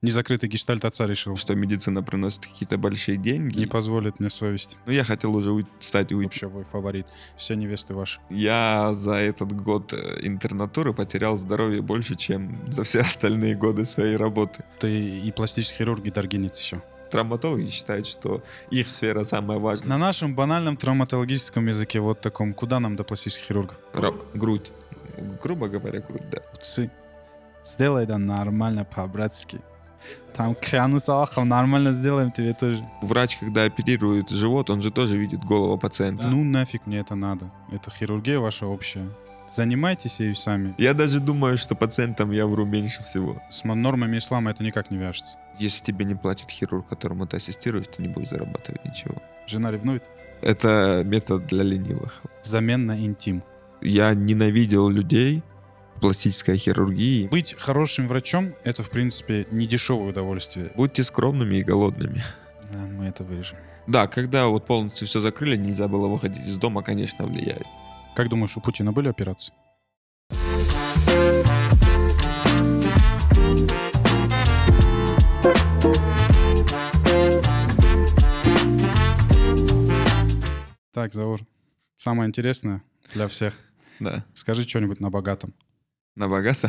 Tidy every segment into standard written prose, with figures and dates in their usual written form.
Незакрытый гештальт отца решил. что медицина приносит какие-то большие деньги. Не позволит мне совесть. Ну, я хотел уже стать уйти. Вообще твой фаворит. Все невесты ваши. Я за этот год интернатуры потерял здоровье больше, чем за все остальные годы своей работы. Ты и пластический хирург, и даргинец еще. Травматологи считают, что их сфера самая важная. На нашем банальном травматологическом языке, вот таком, куда нам до пластических хирургов? Грудь. Грубо говоря, грудь, да. Пуцы. Сделай это нормально, по-братски. Там клянусь Аллахом, нормально сделаем тебе тоже. Врач, когда оперирует живот, он же тоже видит голову пациента. Ну нафиг мне это надо. Это хирургия ваша общая. Занимайтесь ею сами. Я даже думаю, что пациентам я вру меньше всего. С нормами ислама это никак не вяжется. Если тебе не платит хирург, которому ты ассистируешь, ты не будешь зарабатывать ничего. Жена ревнует? Это метод для ленивых. Взамен на интим. Я ненавидел людей в пластической хирургии. Быть хорошим врачом — это, в принципе, не дешевое удовольствие. Будьте скромными и голодными. Да, мы это вырежем. Да, когда вот полностью все закрыли, нельзя было выходить из дома, конечно, влияет. Как думаешь, у Путина были операции? Так, Заур, самое интересное для всех. Да. Скажи что-нибудь на богатом. На богатство?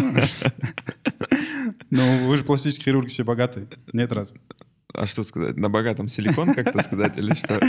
Ну, вы же пластические хирурги, все богатые. Нет разве? А что сказать? На богатом силикон как-то сказать или что?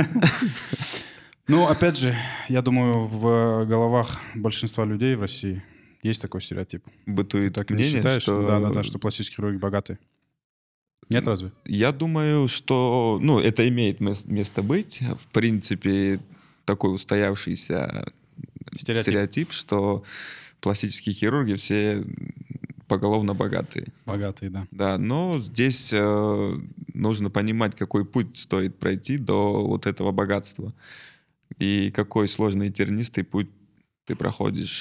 Ну, опять же, я думаю, в головах большинства людей в России есть такой стереотип. Бытует Так не мнение, считаешь? что... Да, что пластические хирурги богатые. Нет разве? Я думаю, что... Ну, это имеет место быть. В принципе, такой устоявшийся стереотип, что пластические хирурги все поголовно богатые. Богатые, да. Да, но здесь нужно понимать, какой путь стоит пройти до вот этого богатства. И какой сложный и тернистый путь ты проходишь,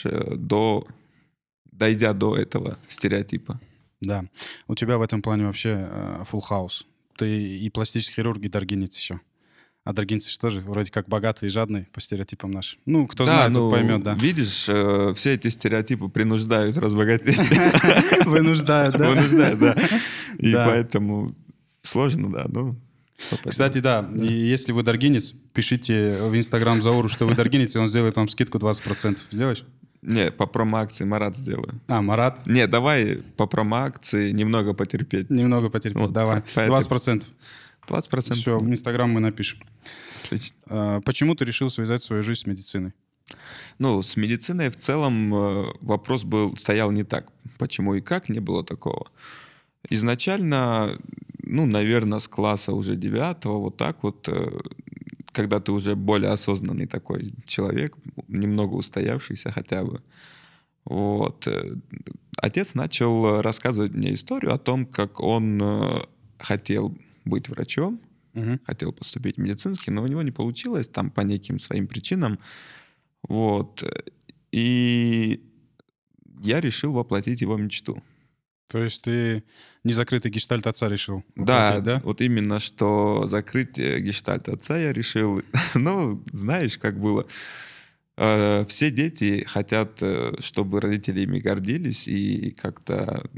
дойдя до этого стереотипа. Да. У тебя в этом плане вообще full house. Ты и пластический хирург, и даргинец еще. А даргинцы что же? Вроде как богатые и жадные по стереотипам нашим. Ну, кто знает, тот поймет, да. Видишь, все эти стереотипы принуждают разбогатеть. Вынуждают, да? Вынуждают, да. И поэтому сложно, да. Кстати, да, и если вы даргинец, пишите в Инстаграм Зауру, что вы даргинец, и он сделает вам скидку 20%. Сделаешь? Не, по промо-акции Марат сделаю. А, Марат? Не, давай по промо-акции немного потерпеть. Немного потерпеть, вот, давай. 20%. 20%. Все, в Инстаграм мы напишем. Отлично. Почему ты решил связать свою жизнь с медициной? Ну, с медициной в целом вопрос стоял не так. Почему и как, не было такого. Изначально, наверное, с класса уже 9-го, вот так вот, когда ты уже более осознанный такой человек, немного устоявшийся хотя бы, вот, отец начал рассказывать мне историю о том, как он хотел быть врачом, хотел поступить в медицинский, но у него не получилось там по неким своим причинам. Вот. И я решил воплотить его мечту. То есть ты незакрытый гештальт отца решил воплотить, да? Вот именно, что закрыть гештальт отца я решил. Ну, знаешь, как было. Все дети хотят, чтобы родители ими гордились и как-то...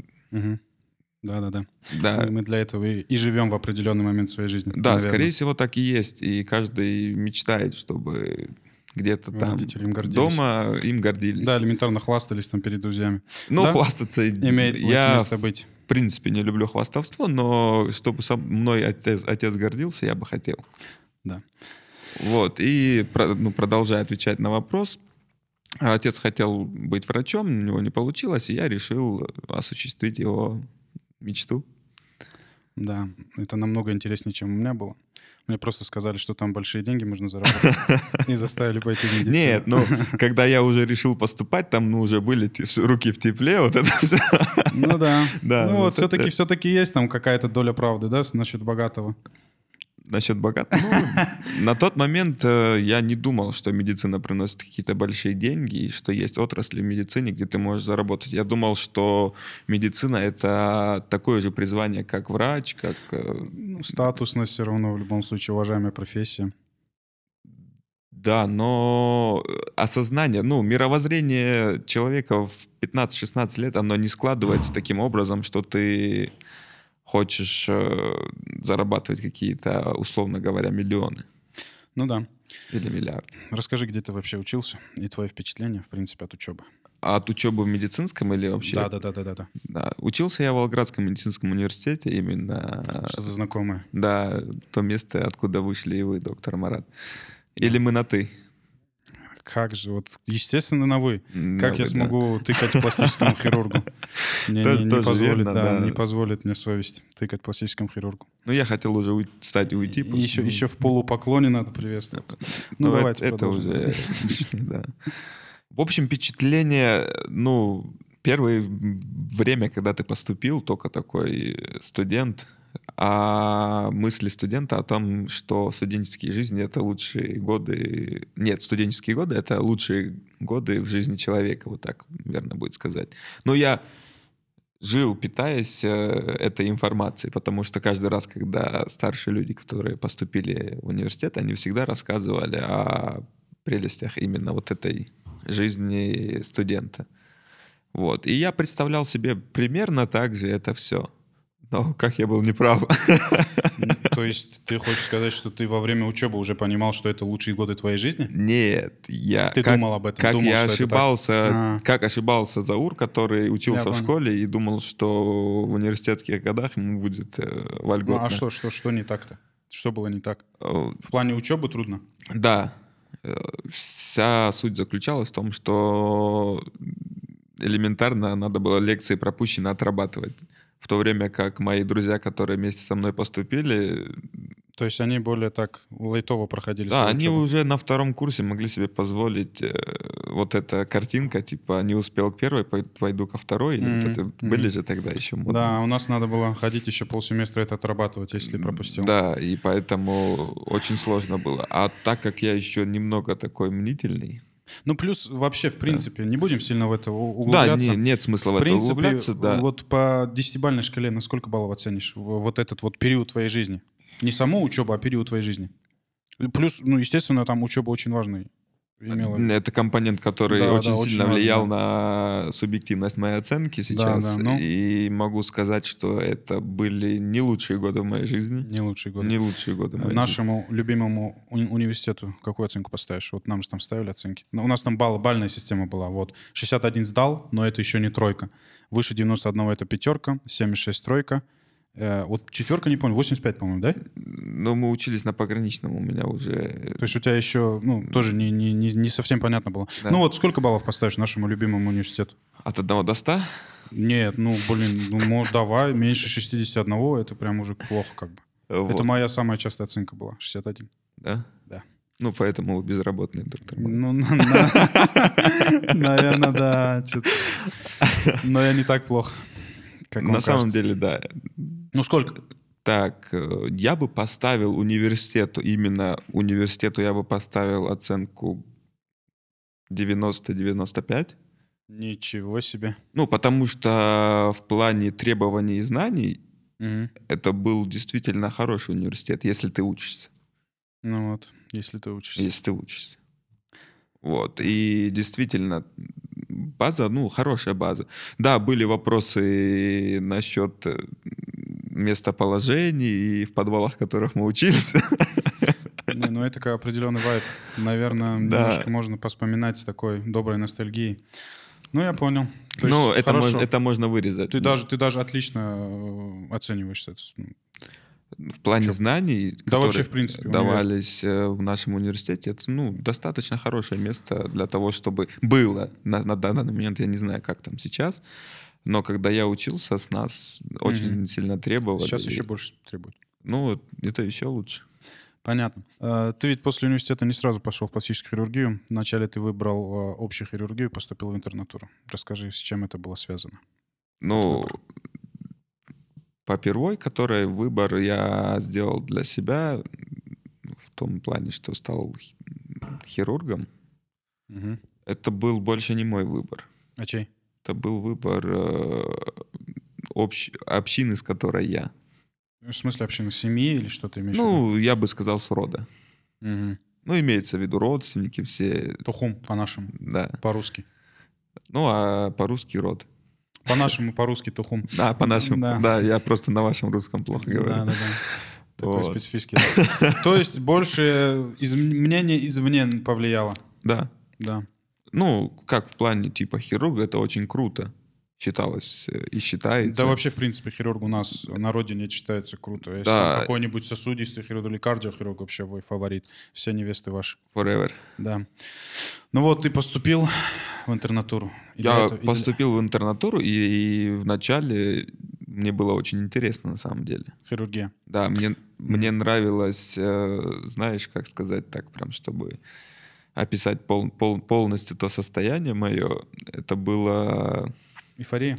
Да. Да. Мы для этого и живем в определенный момент своей жизни. Да, наверное. скорее всего, так и есть. И каждый мечтает, чтобы где-то там дома им гордились. Да, элементарно хвастались там перед друзьями. Ну, да? хвастаться... Имеет место быть. В принципе, не люблю хвастовство, но чтобы со мной отец гордился, я бы хотел. Да. Вот. И продолжая отвечать на вопрос, отец хотел быть врачом, у него не получилось, и я решил осуществить его мечту. Да, это намного интереснее, чем у меня было. Мне просто сказали, что там большие деньги можно заработать, и заставили пойти в медицину. Нет, когда я уже решил поступать, там уже были руки в тепле, вот это все. Ну да. Ну вот это... все-таки есть там какая-то доля правды, да, насчет богатого. Насчет богатого? На тот момент я не думал, что медицина приносит какие-то большие деньги, и что есть отрасли в медицине, где ты можешь заработать. Я думал, что медицина — это такое же призвание, как врач, как... Статусность все равно, в любом случае, уважаемая профессия. Да, но осознание, ну, мировоззрение человека в 15-16 лет, оно не складывается таким образом, что ты хочешь зарабатывать какие-то, условно говоря, миллионы Ну да. или миллиарды. Расскажи, где ты вообще учился и твои впечатления, в принципе, от учебы. А от учебы в медицинском или вообще? Да. Да. Учился я в Волгоградском медицинском университете, именно, Что-то знакомое. да, то место, откуда вышли и вы, доктор Марат. Или Да. мы на «ты»? Как же, вот, естественно, на «вы». На Как я «вы», да. смогу тыкать пластическому хирургу? Мне Тоже не тоже позволит, верно, да, да. не позволит мне совесть тыкать пластическому хирургу. Ну, я хотел уже встать и уйти. И еще в полупоклоне надо приветствовать. Ну, Ну, давайте это продолжим. уже лишнее, да. В общем, впечатление, ну, первое время, когда ты поступил, только такой студент, а мысли студента о том, что студенческие жизни — это лучшие годы... Нет, студенческие годы — это лучшие годы в жизни человека, вот так, верно будет сказать. Но я жил, питаясь этой информацией, потому что каждый раз, когда старшие люди, которые поступили в университет, они всегда рассказывали о прелестях именно вот этой жизни студента. Вот. И я представлял себе примерно так же это все. Но как я был неправ. То есть ты хочешь сказать, что ты во время учебы уже понимал, что это лучшие годы твоей жизни? Нет, я Ты думал об этом? как Думал, я что это так? ошибался, как ошибался Заур, который учился Я в понял. школе и думал, что в университетских годах ему будет Ну, вольготно. а что не так-то? Что было не так? Э, В плане учебы трудно? Да, вся суть заключалась в том, что элементарно надо было лекции пропущенные отрабатывать. В то время как мои друзья, которые вместе со мной поступили, То есть они более так лайтово проходили да, свою они учебу? уже на втором курсе могли себе позволить вот эта картинка, типа не успел к первой, пойду ко второй, или вот это были же тогда еще модные. Да, у нас надо было ходить еще полсеместра это отрабатывать, если пропустил. Да, и поэтому очень сложно было. А так как я еще немного такой мнительный, Ну, плюс вообще, в принципе, не будем сильно в это да, углубляться. нет смысла в В это принципе, углубляться, да. вот по 10-бальной шкале на сколько баллов оценишь вот этот вот период твоей жизни? Не саму учебу, а период твоей жизни. Плюс, ну, естественно, там учеба очень важная имела. Это компонент, который Да, очень да, очень сильно важно, влиял да. на субъективность моей оценки сейчас. Да, ну. И могу сказать, что это были не лучшие годы в моей жизни. Не лучшие годы. Не лучшие годы в моей жизни. Нашему любимому университету какую оценку поставишь? Вот нам же там ставили оценки. Ну, у нас там бальная система была. Вот 61 сдал, но это еще не тройка. Выше 91 это пятерка, 76 тройка. Вот четверка, не помню, 85, по-моему, да? Но мы учились на пограничном, у меня уже... То есть у тебя еще, ну, тоже не совсем понятно было. Да. Ну вот сколько баллов поставишь нашему любимому университету? От 1 до 100? Нет, ну, блин, ну, давай, меньше 61, это прям уже плохо как бы. Вот. Это моя самая частая оценка была, 61. Да? Да. Ну, поэтому вы безработный, доктор. Ну, наверное, да. Но я не так плохо, как вам На самом кажется. деле, да. Ну, сколько? Так, я бы поставил университету, именно университету я бы поставил оценку 90-95. Ничего себе. Ну, потому что в плане требований и знаний Мгм. это был действительно хороший университет, если ты учишься. Ну вот, если ты учишься. Если ты учишься. Вот. И действительно, база, ну, хорошая база. Да, были вопросы насчет местоположений и в подвалах, в которых мы учились. Не, ну это как определенный вайб. Наверное, Да. немножко можно поспоминать с такой доброй ностальгией. Ну, я понял. То есть, Ну, хорошо. это можно вырезать. Ты даже отлично оцениваешься. В плане знаний, Да, вообще, которые в принципе, давались в нашем университете, это, ну, достаточно хорошее место для того, чтобы было на данный момент, я не знаю, как там сейчас, но когда я учился, с нас очень сильно требовали. Сейчас еще больше требуют. Ну, это еще лучше. Понятно. Ты ведь после университета не сразу пошел в пластическую хирургию. Вначале ты выбрал общую хирургию и поступил в интернатуру. Расскажи, с чем это было связано? Ну, по первой, которой выбор я сделал для себя в том плане, что стал хирургом, Угу. это был больше не мой выбор. А чей? Это был выбор общины, с которой я. В смысле общины? Семьи или что ты имеешь в виду? Ну, я бы сказал, с рода. Угу. Ну, имеется в виду родственники все. Тухум по-нашему, Да. по-русски. Ну, а по-русски род. По-нашему, по-русски тухум. Да, по-нашему. Да. Да, я просто на вашем русском плохо говорю. Да. Такой Вот. специфический. То есть больше мнение извне повлияло. Да. Да. Ну, как в плане типа хирурга, это очень круто считалось и считается. Да вообще, в принципе, хирург у нас на родине считается круто. Если Да. там какой-нибудь сосудистый хирург или кардиохирург, вообще твой фаворит. Все невесты ваши. Forever. Да. Ну вот, ты поступил в интернатуру. Я поступил в интернатуру, и вначале мне было очень интересно на самом деле. Хирургия. Да, мне нравилось, знаешь, как сказать так, прям чтобы описать полностью то состояние мое. Это было... Эйфория?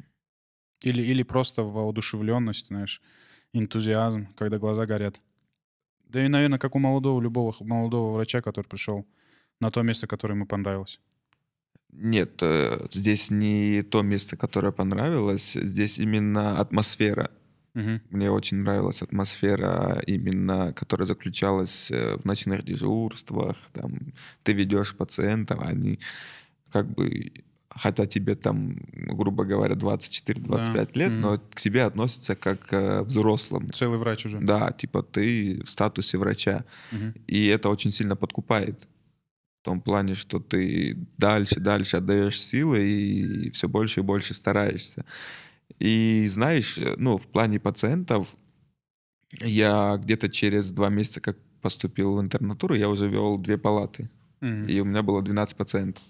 Или просто воодушевленность, знаешь, энтузиазм, когда глаза горят. Да и, наверное, как у любого молодого врача, который пришел на то место, которое ему понравилось. Нет, здесь не то место, которое понравилось, здесь именно атмосфера. Угу. Мне очень нравилась атмосфера, именно которая заключалась в ночных дежурствах. Там, ты ведешь пациентов, они как бы, хотя тебе там, грубо говоря, 24-25 лет, но к тебе относятся как к взрослому. Целый врач уже. Да, типа ты в статусе врача. Угу. И это очень сильно подкупает. В том плане, что ты дальше отдаешь силы и все больше и больше стараешься. И знаешь, ну, в плане пациентов, я где-то через 2 месяца, как поступил в интернатуру, я уже вел 2 палаты. И у меня было 12 пациентов.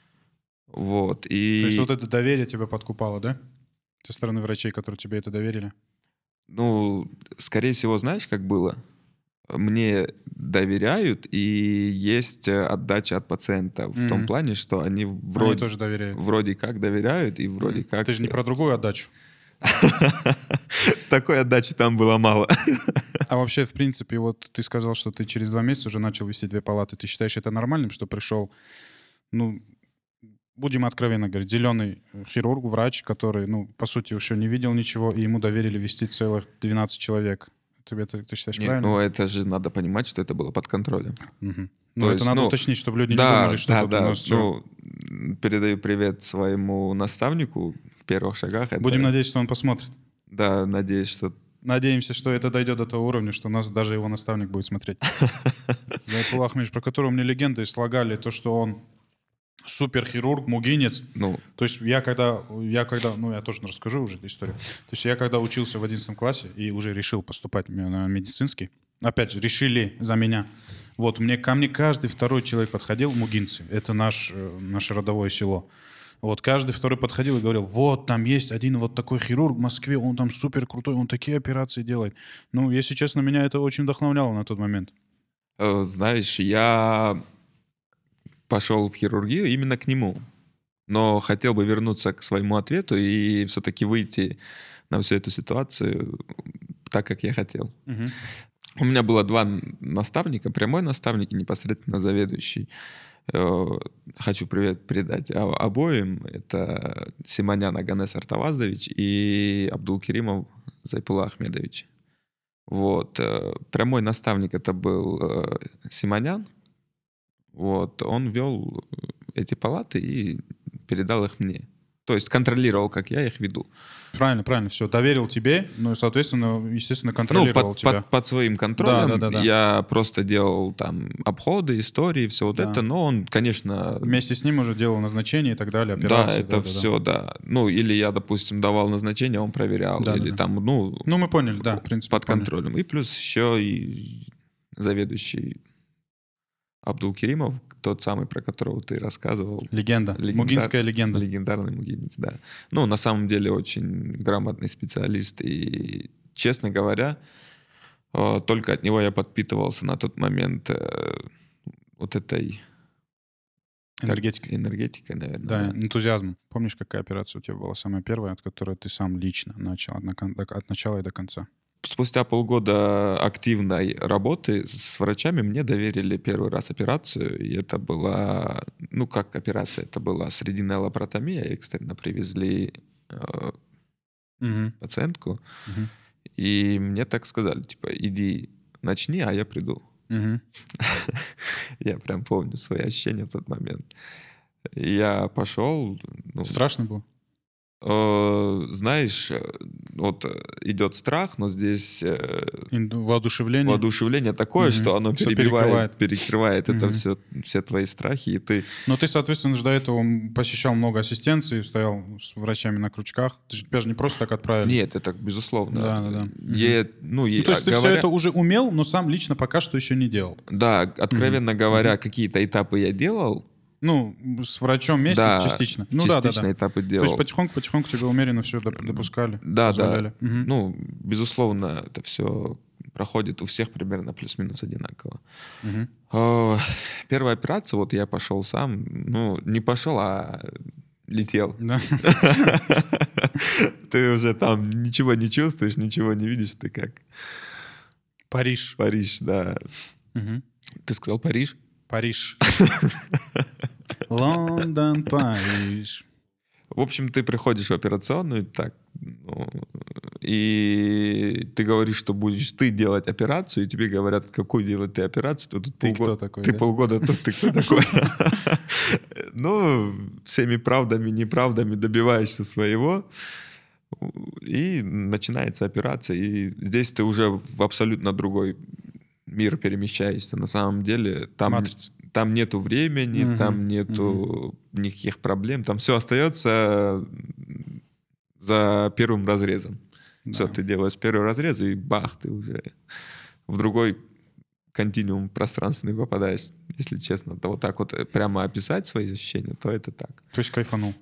Вот. И... То есть вот это доверие тебя подкупало, да? Со стороны врачей, которые тебе это доверили? Ну, скорее всего, знаешь, как было? Мне доверяют, и есть отдача от пациентов. В том плане, что они Они тоже доверяют. вроде как доверяют, и вроде как... Ты же не про другую отдачу. Такой отдачи там было мало. А вообще, в принципе, вот ты сказал, что ты через 2 месяца уже начал вести 2 палаты. Ты считаешь это нормальным, что пришел, ну, будем откровенно говорить, зеленый хирург, врач, который, ну, по сути, еще не видел ничего, и ему доверили вести целых 12 человек. Ты считаешь Нет, правильно? ну это же надо понимать, что это было под контролем. Угу. Ну, это есть, надо ну, уточнить, чтобы люди да, не думали, что да, тут да. у нас все. Ну, передаю привет своему наставнику в первых шагах. Это... Будем надеяться, что он посмотрит. Да, надеюсь, что... Надеемся, что это дойдет до того уровня, что нас даже его наставник будет смотреть. Зайпул Ахмедович, про которого мне легенды слагали, то, что он суперхирург, мугинец. Ну, То есть я когда, ну, я тоже расскажу уже эту историю. То есть я когда учился в 11 классе и уже решил поступать на медицинский, опять же, решили за меня. Вот, ко мне каждый второй человек подходил, мугинцы, это наше родовое село. Вот, каждый второй подходил и говорил, вот, там есть один вот такой хирург в Москве, он там супер крутой, он такие операции делает. Ну, если честно, меня это очень вдохновляло на тот момент. знаешь, я пошел в хирургию именно к нему. Но хотел бы вернуться к своему ответу и все-таки выйти на всю эту ситуацию так, как я хотел. Угу. У меня было 2 наставника, прямой наставник и непосредственно заведующий. Хочу привет передать обоим. Это Симонян Аганес Артаваздович и Абдулкеримов Зайпулла Ахмедович. Вот. Прямой наставник это был Симонян. Вот. Он вел эти палаты и передал их мне. То есть контролировал, как я их веду. Правильно, все. Доверил тебе, ну и, соответственно, естественно, контролировал тебя. Под своим контролем. Да. Я просто делал там обходы, истории, все вот это. Но он, конечно... Вместе с ним уже делал назначения и так далее, операции. Да, это все, да. Ну, или я, допустим, давал назначение, он проверял. Или там, Ну, мы поняли, да, в принципе. Под контролем. И плюс еще и заведующий Абдулкеримов, тот самый, про которого ты рассказывал. Легенда. Мугинская легенда. Легендарный мугинец, да. Ну, на самом деле, очень грамотный специалист. И, честно говоря, только от него я подпитывался на тот момент вот этой... Энергетикой, наверное. Да, энтузиазм. Помнишь, какая операция у тебя была самая первая, от которой ты сам лично начал от начала и до конца? Спустя полгода активной работы с врачами мне доверили первый раз операцию. И это была... Ну, как операция? Это была срединная лапаротомия. Экстренно привезли пациентку. И мне так сказали, типа, иди начни, а я приду. Мгм. Я прям помню свои ощущения в тот момент. Я пошел, ну, Страшно было? знаешь, вот идет страх, но здесь Воодушевление? воодушевление такое, Мгм. что оно Всё перекрывает. перекрывает это Мгм. все твои страхи, и ты... Но ты, соответственно, же до этого посещал много ассистенций, стоял с врачами на крючках. Тебя же не просто так отправили. Нет, это безусловно. Да-да-да. Мгм. Ну, то есть ты все Говоря, это уже умел, но сам лично пока что еще не делал. да, Мгм. откровенно говоря, какие-то этапы я делал, Ну, с врачом вместе да, частично. Ну да-да-да. частично этапы То есть делал. потихоньку-потихоньку тебя умеренно все допускали, Да, да. позволяли. Мгм. Ну, безусловно, это все проходит у всех примерно плюс-минус одинаково. Мгм. О, Первая операция, вот я пошел сам, ну, не пошел, а летел. Да. Ты уже там ничего не чувствуешь, ничего не видишь, ты как Париж. Париж, да. Мгм. Ты сказал Париж? Париж. Лондон, Париж. В общем, ты приходишь в операционную, так, ну, и ты говоришь, что будешь ты делать операцию, и тебе говорят, какую делать ты операцию, то тут Ты кто такой, ты да? полгода тут, ты кто такой? Ну, всеми правдами, неправдами добиваешься своего, и начинается операция, и здесь ты уже в абсолютно другой мир перемещаешься. На самом деле Матрица. там нету времени, Мгм. там Мгм. нету никаких проблем, там все остается за первым разрезом. Все, Да. ты делаешь первый разрез, и бах, ты уже в другой континуум пространственный попадаешь. Если честно, то вот так вот прямо описать свои ощущения, то это так. То есть кайфанул.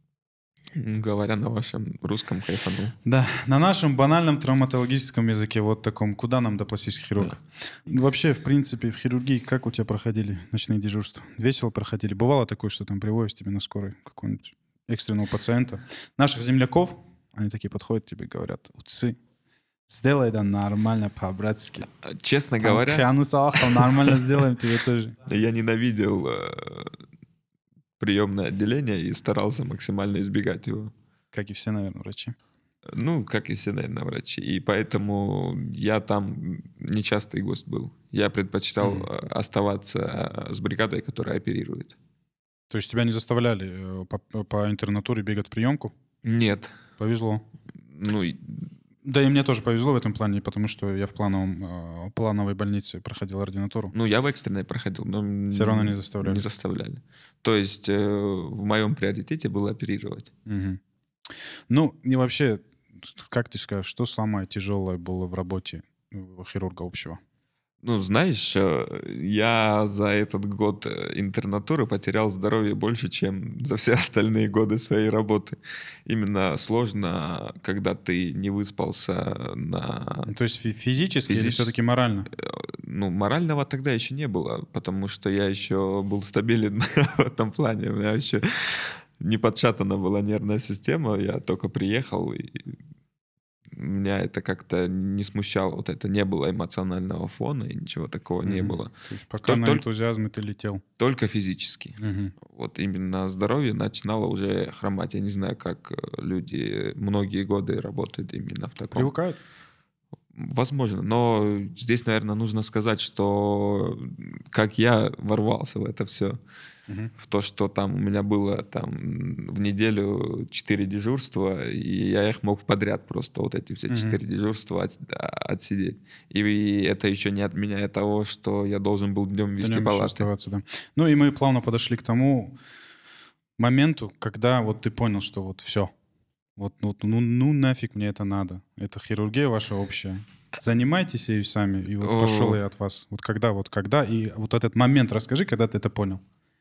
Говоря на вашем русском, кайфанул. Да, на нашем банальном травматологическом языке, вот таком, куда нам до пластических хирургов? Вообще, в принципе, в хирургии как у тебя проходили ночные дежурства? Весело проходили? Бывало такое, что там привозят тебе на скорой какого-нибудь экстренного пациента? Наших земляков, они такие подходят тебе и говорят: «Утсы, сделай это нормально, по-братски. Честно Там говоря, клянусь Аллахом, нормально сделаем тебе тоже». я ненавидел приемное отделение и старался максимально избегать его. Как и все, наверное, врачи. Ну, как и все, наверное, врачи. И поэтому я там нечастый гость был. Я предпочитал оставаться с бригадой, которая оперирует. То есть тебя не заставляли по интернатуре бегать в приемку? Нет. Повезло. Ну, Да, и мне тоже повезло в этом плане, потому что я в плановой больнице проходил ординатуру. ну, я в экстренной проходил, но Все равно не заставляли. не заставляли. То есть в моем приоритете было оперировать. Мгм. Ну, и вообще, как ты скажешь, что самое тяжелое было в работе хирурга общего? Ну, знаешь, я за этот год интернатуры потерял здоровье больше, чем за все остальные годы своей работы. Именно сложно, когда ты не выспался на... То есть физически или Физически. все-таки морально? Ну, морального тогда еще не было, потому что я еще был стабилен в этом плане. У меня еще не подшатана была нервная система. Я только приехал, и меня это как-то не смущало. Вот это не было эмоционального фона, и ничего такого не Мгм. было. То есть пока на Только, энтузиазме ты летел. только физически. Мгм. Вот именно здоровье начинало уже хромать. Я не знаю, как люди многие годы работают именно в таком. Привыкают? Возможно, но здесь, наверное, нужно сказать, что как я ворвался в это все, Мгм. в то, что там у меня было там в неделю 4 дежурства, и я их мог подряд просто вот эти все 4 дежурства отсидеть. И это еще не отменяет того, что я должен был днем вести Днем еще палаты. оставаться, да. Ну и мы плавно подошли к тому моменту, когда вот ты понял, что вот все. Ну нафиг мне это надо. Это хирургия ваша общая. Занимайтесь ею сами. И вот пошел я от вас. Вот когда. И вот этот момент расскажи, когда ты это понял.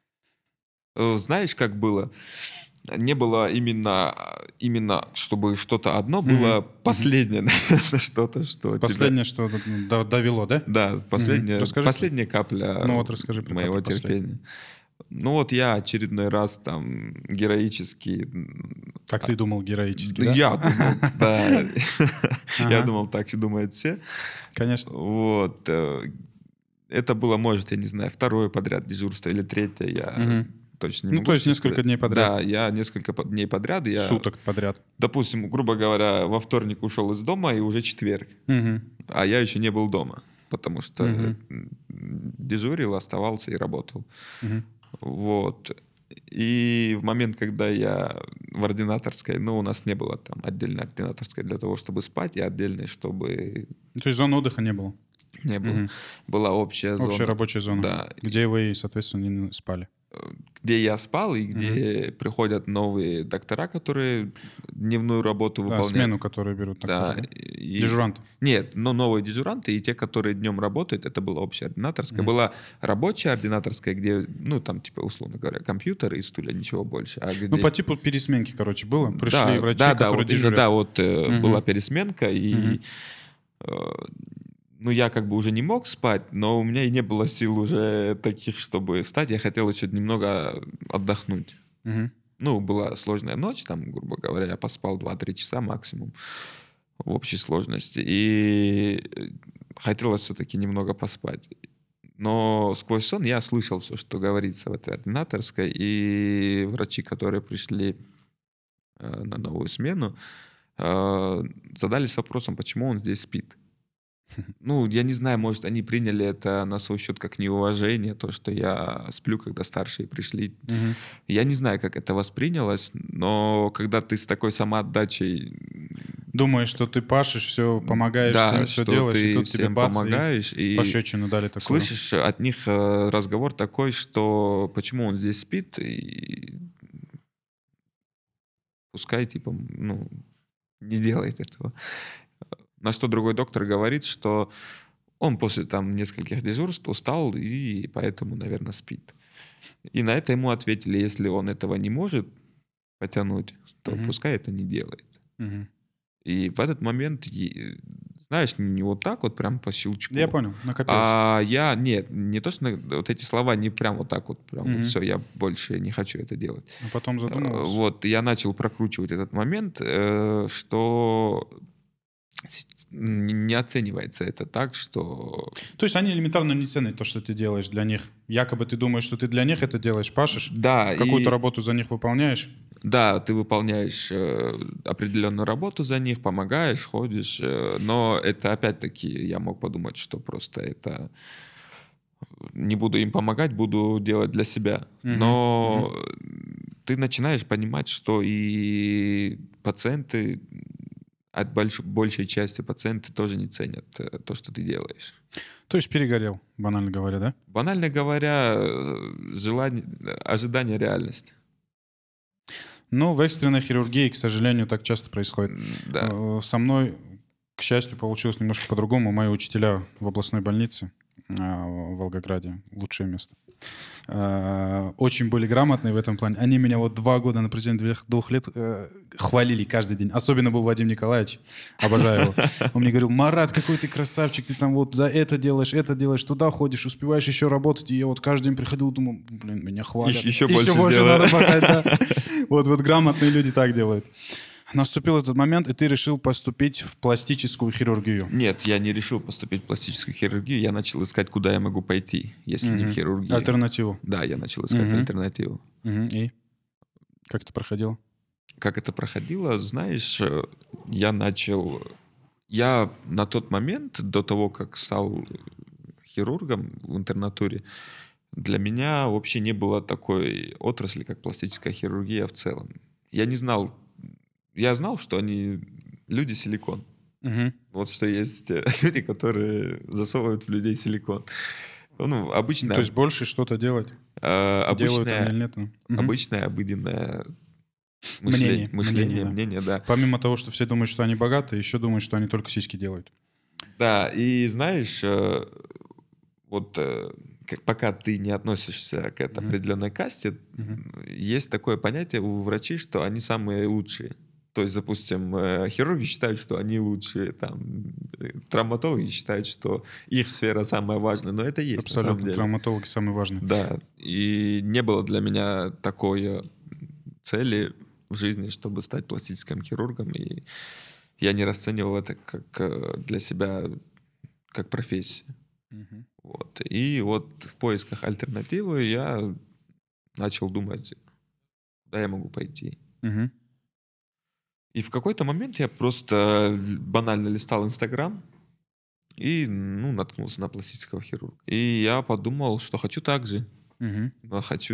Знаешь, как было? Не было именно чтобы что-то одно, было последнее, наверное, что-то, что тебя... Последнее, что довело, да? Да, Расскажи. последняя капля Ну вот расскажи про моего каплю последнюю. терпения. Ну вот я очередной раз там героически... Как ты думал, героически, Ну, да? я думал, да. Я Ага. думал, так думают все. Конечно. Вот. Это было, может, я не знаю, второе подряд дежурство или третье, я Мгм. точно не Ну, могу то есть сейчас несколько сказать. дней подряд. Да, я несколько дней подряд. Я, Суток подряд. допустим, грубо говоря, во вторник ушел из дома, и уже четверг, Мгм. а я еще не был дома. потому что дежурил, оставался и работал. Вот. И в момент, когда я в ординаторской, у нас не было там отдельной ординаторской для того, чтобы спать, и отдельной, чтобы... То есть зоны отдыха не было? Не было. Была общая зона. Общая рабочая зона. Да. Где вы, соответственно, не спали? Где я спал и где приходят новые доктора, которые дневную работу выполняют. Смену, которую берут доктора, да? Дежуранты? Нет, но новые дежуранты и те, которые днем работают, это была общая ординаторская. Была рабочая ординаторская, где, там, типа, условно говоря, компьютеры и стулья, ничего больше. А где... по типу пересменки, короче, было? Пришли врачи, которые дежурят? Да, была пересменка, и... я как бы уже не мог спать, но у меня и не было сил уже таких, чтобы встать. Я хотел еще немного отдохнуть. Была сложная ночь, там, грубо говоря, я поспал 2-3 часа максимум в общей сложности. И хотелось все-таки немного поспать. Но сквозь сон я слышал все, что говорится в этой ординаторской. И врачи, которые пришли на новую смену, задались вопросом, почему он здесь спит. Я не знаю, может, они приняли это на свой счет как неуважение, то, что я сплю, когда старшие пришли. Я не знаю, как это воспринялось, но когда ты с такой самоотдачей... Думаешь, что ты пашешь, все помогаешь, всем все делаешь, и тут тебе бац, помогаешь, и пощечину дали такую. Слышишь от них разговор такой, что почему он здесь спит, и пускай, типа, не делает этого. На что другой доктор говорит, что он после там нескольких дежурств устал и поэтому, наверное, спит. И на это ему ответили, если он этого не может потянуть, то пускай это не делает. И в этот момент, знаешь, не вот так вот прям по щелчку. Я понял, накопилось. Не то, что вот эти слова не прям вот так вот, прям все, я больше не хочу это делать. А потом задумался. Вот, я начал прокручивать этот момент, что... не оценивается это так, что... То есть они элементарно не ценят то, что ты делаешь для них. Якобы ты думаешь, что ты для них это делаешь, пашешь, да, какую-то работу за них выполняешь. Да, ты выполняешь определенную работу за них, помогаешь, ходишь, но это опять-таки я мог подумать, что просто это... Не буду им помогать, буду делать для себя. Но ты начинаешь понимать, что и пациенты... От большей части пациенты тоже не ценят то, что ты делаешь. То есть перегорел, банально говоря, да? Банально говоря, ожидание реальности. В экстренной хирургии, к сожалению, так часто происходит. Да. Со мной, к счастью, получилось немножко по-другому. Мои учителя в областной больнице в Волгограде, лучшее место, очень были грамотные в этом плане. Они меня 2 года на протяжении 2 лет хвалили каждый день. Особенно был Вадим Николаевич. Обожаю его. Он мне говорил: Марат, какой ты красавчик, ты там за это делаешь, туда ходишь, успеваешь еще работать. И я каждый день приходил, думал, меня хвалят. Еще больше надо пахать, да. Вот грамотные люди так делают. Наступил этот момент, и ты решил поступить в пластическую хирургию. Нет, я не решил поступить в пластическую хирургию. Я начал искать, куда я могу пойти, если не в хирургию. Альтернативу. Да, я начал искать альтернативу. И? Как это проходило? Как это проходило? Знаешь, Я на тот момент, до того, как стал хирургом в интернатуре, для меня вообще не было такой отрасли, как пластическая хирургия в целом. Я знал, что они люди силикон. Вот что есть люди, которые засовывают в людей силикон. Обычно... То есть больше что-то делать? Делают они или нет? Обычное, обыденное мнение, да. Помимо того, что все думают, что они богаты, еще думают, что они только сиськи делают. Да, и знаешь, пока ты не относишься к этой определенной касте, есть такое понятие у врачей, что они самые лучшие. То есть, допустим, хирурги считают, что они лучшие, травматологи считают, что их сфера самая важная, но это есть. Абсолютно, на самом деле. Травматологи самые важные. Да, и не было для меня такой цели в жизни, чтобы стать пластическим хирургом, и я не расценивал это как для себя как профессию. Вот. И в поисках альтернативы я начал думать, куда я могу пойти. И в какой-то момент я просто банально листал Инстаграм И, ну, наткнулся на пластического хирурга. И я подумал, что хочу так же. Мгм. Хочу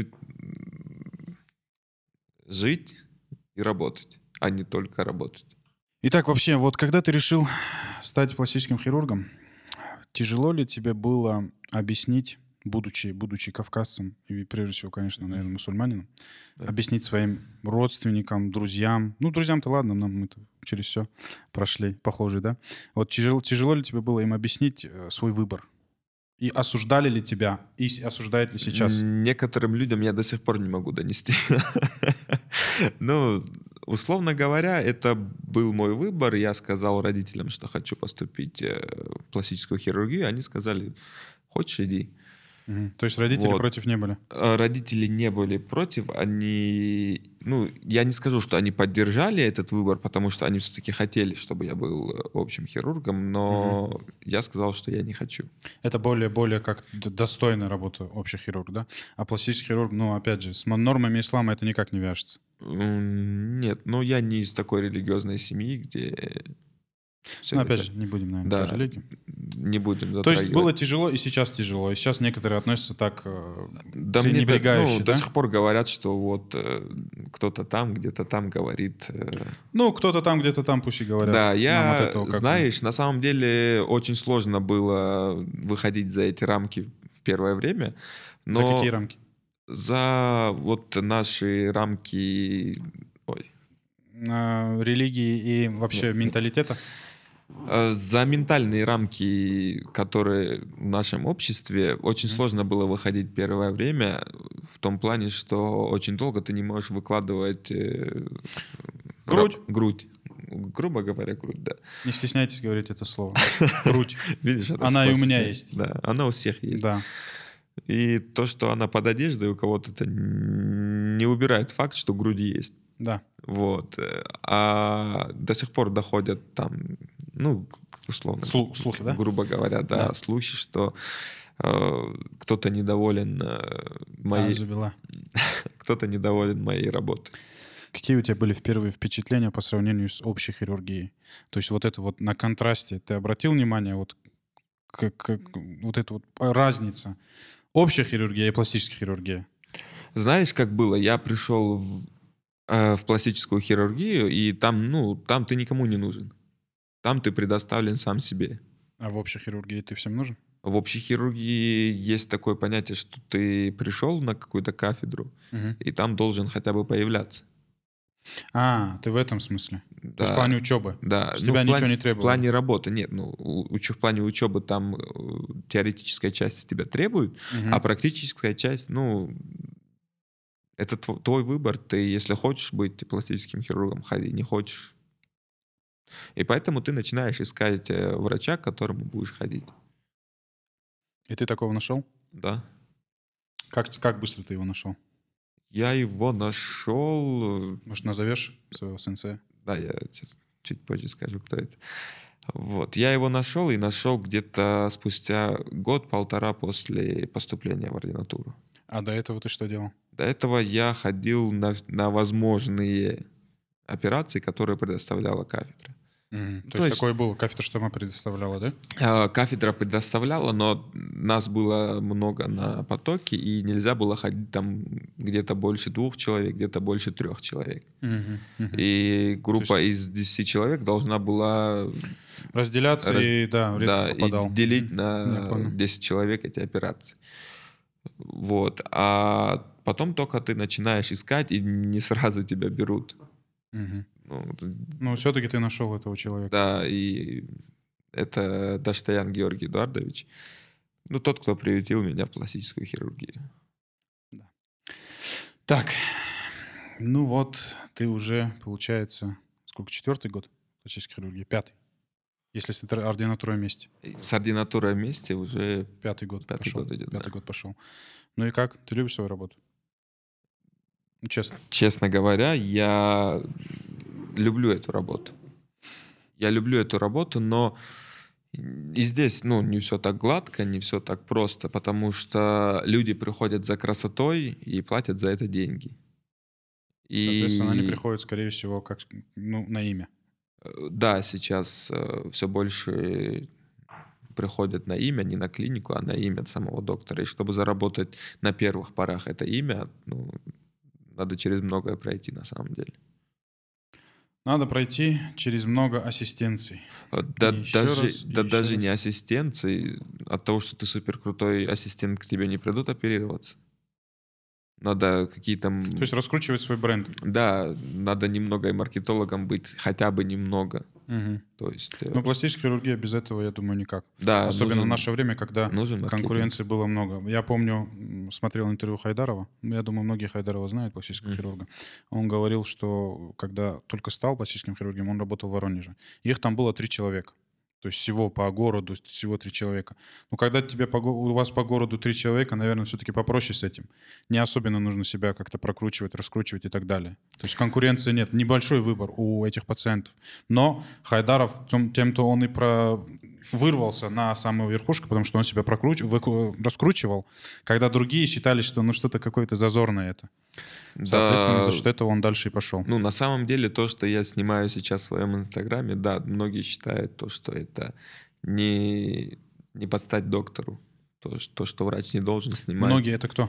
жить и работать, а не только работать. Итак, вообще, вот когда ты решил стать пластическим хирургом, тяжело ли тебе было объяснить, будучи кавказцем, и прежде всего, конечно, наверное, мусульманином, Да. объяснить своим родственникам, друзьям, ну, друзьям-то ладно, мы-то через все прошли, похожие, да? Вот тяжело ли тебе было им объяснить свой выбор? И осуждали ли тебя? И осуждают ли сейчас? Некоторым людям я до сих пор не могу донести. Ну, условно говоря, это был мой выбор. Я сказал родителям, что хочу поступить в пластическую хирургию. Они сказали, хочешь, иди. Мгм. То есть родители Вот. против не были? Родители не были против, они, ну, я не скажу, что они поддержали этот выбор, потому что они все-таки хотели, чтобы я был общим хирургом, но я сказал, что я не хочу. Это более как достойная работа общий хирург, да? А пластический хирург, ну, опять же, с нормами ислама это никак не вяжется. Нет, ну я не из такой религиозной семьи, где все Ну, опять это, же, не будем, наверное, про да, религию. не будем То есть затрагивать. было тяжело, и сейчас тяжело. И сейчас некоторые относятся так Да мне ну, пренебрегающе, до да? сих пор говорят, что вот кто-то там, где-то там говорит. Ну, кто-то там, где-то там, пусть и говорят. Да, Нам от я, этого как бы... знаешь, на самом деле очень сложно было выходить за эти рамки в первое время, За какие но рамки? за вот наши рамки, ой, Религии и нет, вообще нет, менталитета? за ментальные рамки, которые в нашем обществе, очень Мгм. сложно было выходить первое время в том плане, что очень долго ты не можешь выкладывать Грудь. грудь. Грубо говоря, грудь, да. Не стесняйтесь говорить это слово. Грудь. Видишь, это Она и у меня схожесть, есть. да, она у всех есть. Да, И то, что она под одеждой у кого-то, это не убирает факт, что груди есть. да. Вот. А до сих пор доходят там, ну, условно, Слухи, да? грубо говоря, да, Да. слухи, что кто-то недоволен моей, Забила. кто-то недоволен моей работой. Какие у тебя были первые впечатления по сравнению с общей хирургией? То есть вот это вот на контрасте, ты обратил внимание, вот вот эта вот разница? Общая хирургия и пластическая хирургия. Знаешь, как было? Я пришел в пластическую хирургию, и там, ну, там ты никому не нужен. Там ты предоставлен сам себе. А в общей хирургии ты всем нужен? В общей хирургии есть такое понятие, что ты пришел на какую-то кафедру, Мгм. и там должен хотя бы появляться. А, ты в этом смысле. То есть в Да, плане учебы. да. С Ну, тебя ничего не в требовали. плане работы нет. Ну, в плане учебы там теоретическая часть тебя требует, а Мгм. практическая часть, ну, это твой выбор. Ты, если хочешь быть пластическим хирургом, ходи, не хочешь. И поэтому ты начинаешь искать врача, к которому будешь ходить. И ты такого нашел? Да. Как быстро ты его нашел? Я его нашел. Может, назовешь своего сенсея? Да, я сейчас чуть позже скажу, кто это. Вот. Я его нашел и нашел где-то спустя год-полтора после поступления в ординатуру. А до этого ты что делал? До этого я ходил на возможные операции, которые предоставляла кафедра. Мгм. То То есть есть такое было, кафедра что мы предоставляла, да? кафедра предоставляла, но нас было много на потоке, и нельзя было ходить там где-то больше 2 человек, где-то больше 3 человек. Мгм. Мгм. И группа есть из 10 человек должна была разделяться и, да, редко да, и попадал. делить Мгм. Я на понял. 10 человек эти операции. Вот. А потом только ты начинаешь искать, и не сразу тебя берут. Мгм. Ну, Ну, все-таки ты нашел этого человека. да, и это Даштаян Георгий Эдуардович. Ну, тот, кто приютил меня в пластическую хирургию. Да. Так, ну вот, ты уже, получается, сколько, 4-й год пластической хирургии? 5-й. Если с ординатурой вместе. С ординатурой вместе уже 5-й год 5-й пошел. год идет, 5-й да. год пошел. Ну и как? Ты любишь свою работу? Ну, честно. Честно говоря, я люблю эту работу. Я люблю эту работу, но и здесь, ну, не все так гладко, не все так просто, потому что люди приходят за красотой и платят за это деньги. Соответственно, они И приходят, скорее всего, как, ну, на имя. да, сейчас все больше приходят на имя, не на клинику, а на имя самого доктора. И чтобы заработать на первых порах это имя, ну, надо через многое пройти на самом деле. Надо пройти через много ассистенций. Да, И еще даже, раз, и да еще даже раз. не ассистенции, от того, что ты супер крутой ассистент, к тебе не придут оперироваться. Надо какие-то... То есть раскручивать свой бренд. Да, надо немного и маркетологом быть, хотя бы немного. Мгм. То есть... Ну, пластическая хирургия без этого, я думаю, никак. да, Особенно в нужен, наше время, когда нужен маркетинг. конкуренции было много. Я помню, смотрел интервью Хайдарова. Я думаю, многие Хайдарова знают, пластического Мгм. хирурга. Он говорил, что когда только стал пластическим хирургом, он работал в Воронеже. Их там было 3 человека. То есть всего по городу, всего 3 человека. Но когда тебе у вас по городу 3 человека, наверное, все-таки попроще с этим. Не особенно нужно себя как-то прокручивать, раскручивать и так далее. То есть конкуренции нет. Небольшой выбор у этих пациентов. Но Хайдаров тем-то он и вырвался на самую верхушку, потому что он себя раскручивал, когда другие считали, что ну что-то какое-то зазорное это. Соответственно, за счет этого он дальше и пошел. Ну, на самом деле, то, что я снимаю сейчас в своем инстаграме, да, многие считают то, что это не подстать доктору. То, что врач не должен снимать. Многие это кто?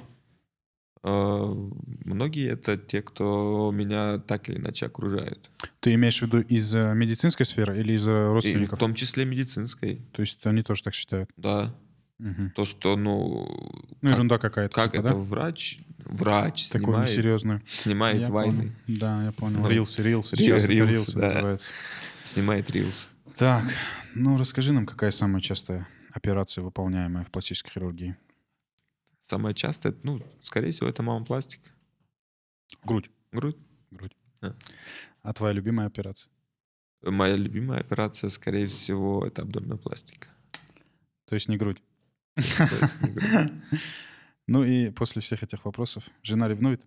Многие это те, кто меня так или иначе окружают. Ты имеешь в виду из медицинской сферы или из И родственников? в том числе медицинской. То есть они тоже так считают? Да. Мгм. То, что, ну... Ну, ерунда какая-то. Как типа, это да? врач Такую несерьезную. снимает Я войны. понял. Да, я понял. Ну, Рилсы. Сейчас это рилсы, рилсы да. называется. Снимает рилс. Так, ну расскажи нам, какая самая частая операция, выполняемая в пластической хирургии? Самое частое, ну, скорее всего, это мамопластика. Грудь. Грудь. Да. А твоя любимая операция? Моя любимая операция, скорее всего, это абдоминопластика. То есть не грудь. То есть не грудь. Ну и после всех этих вопросов жена ревнует?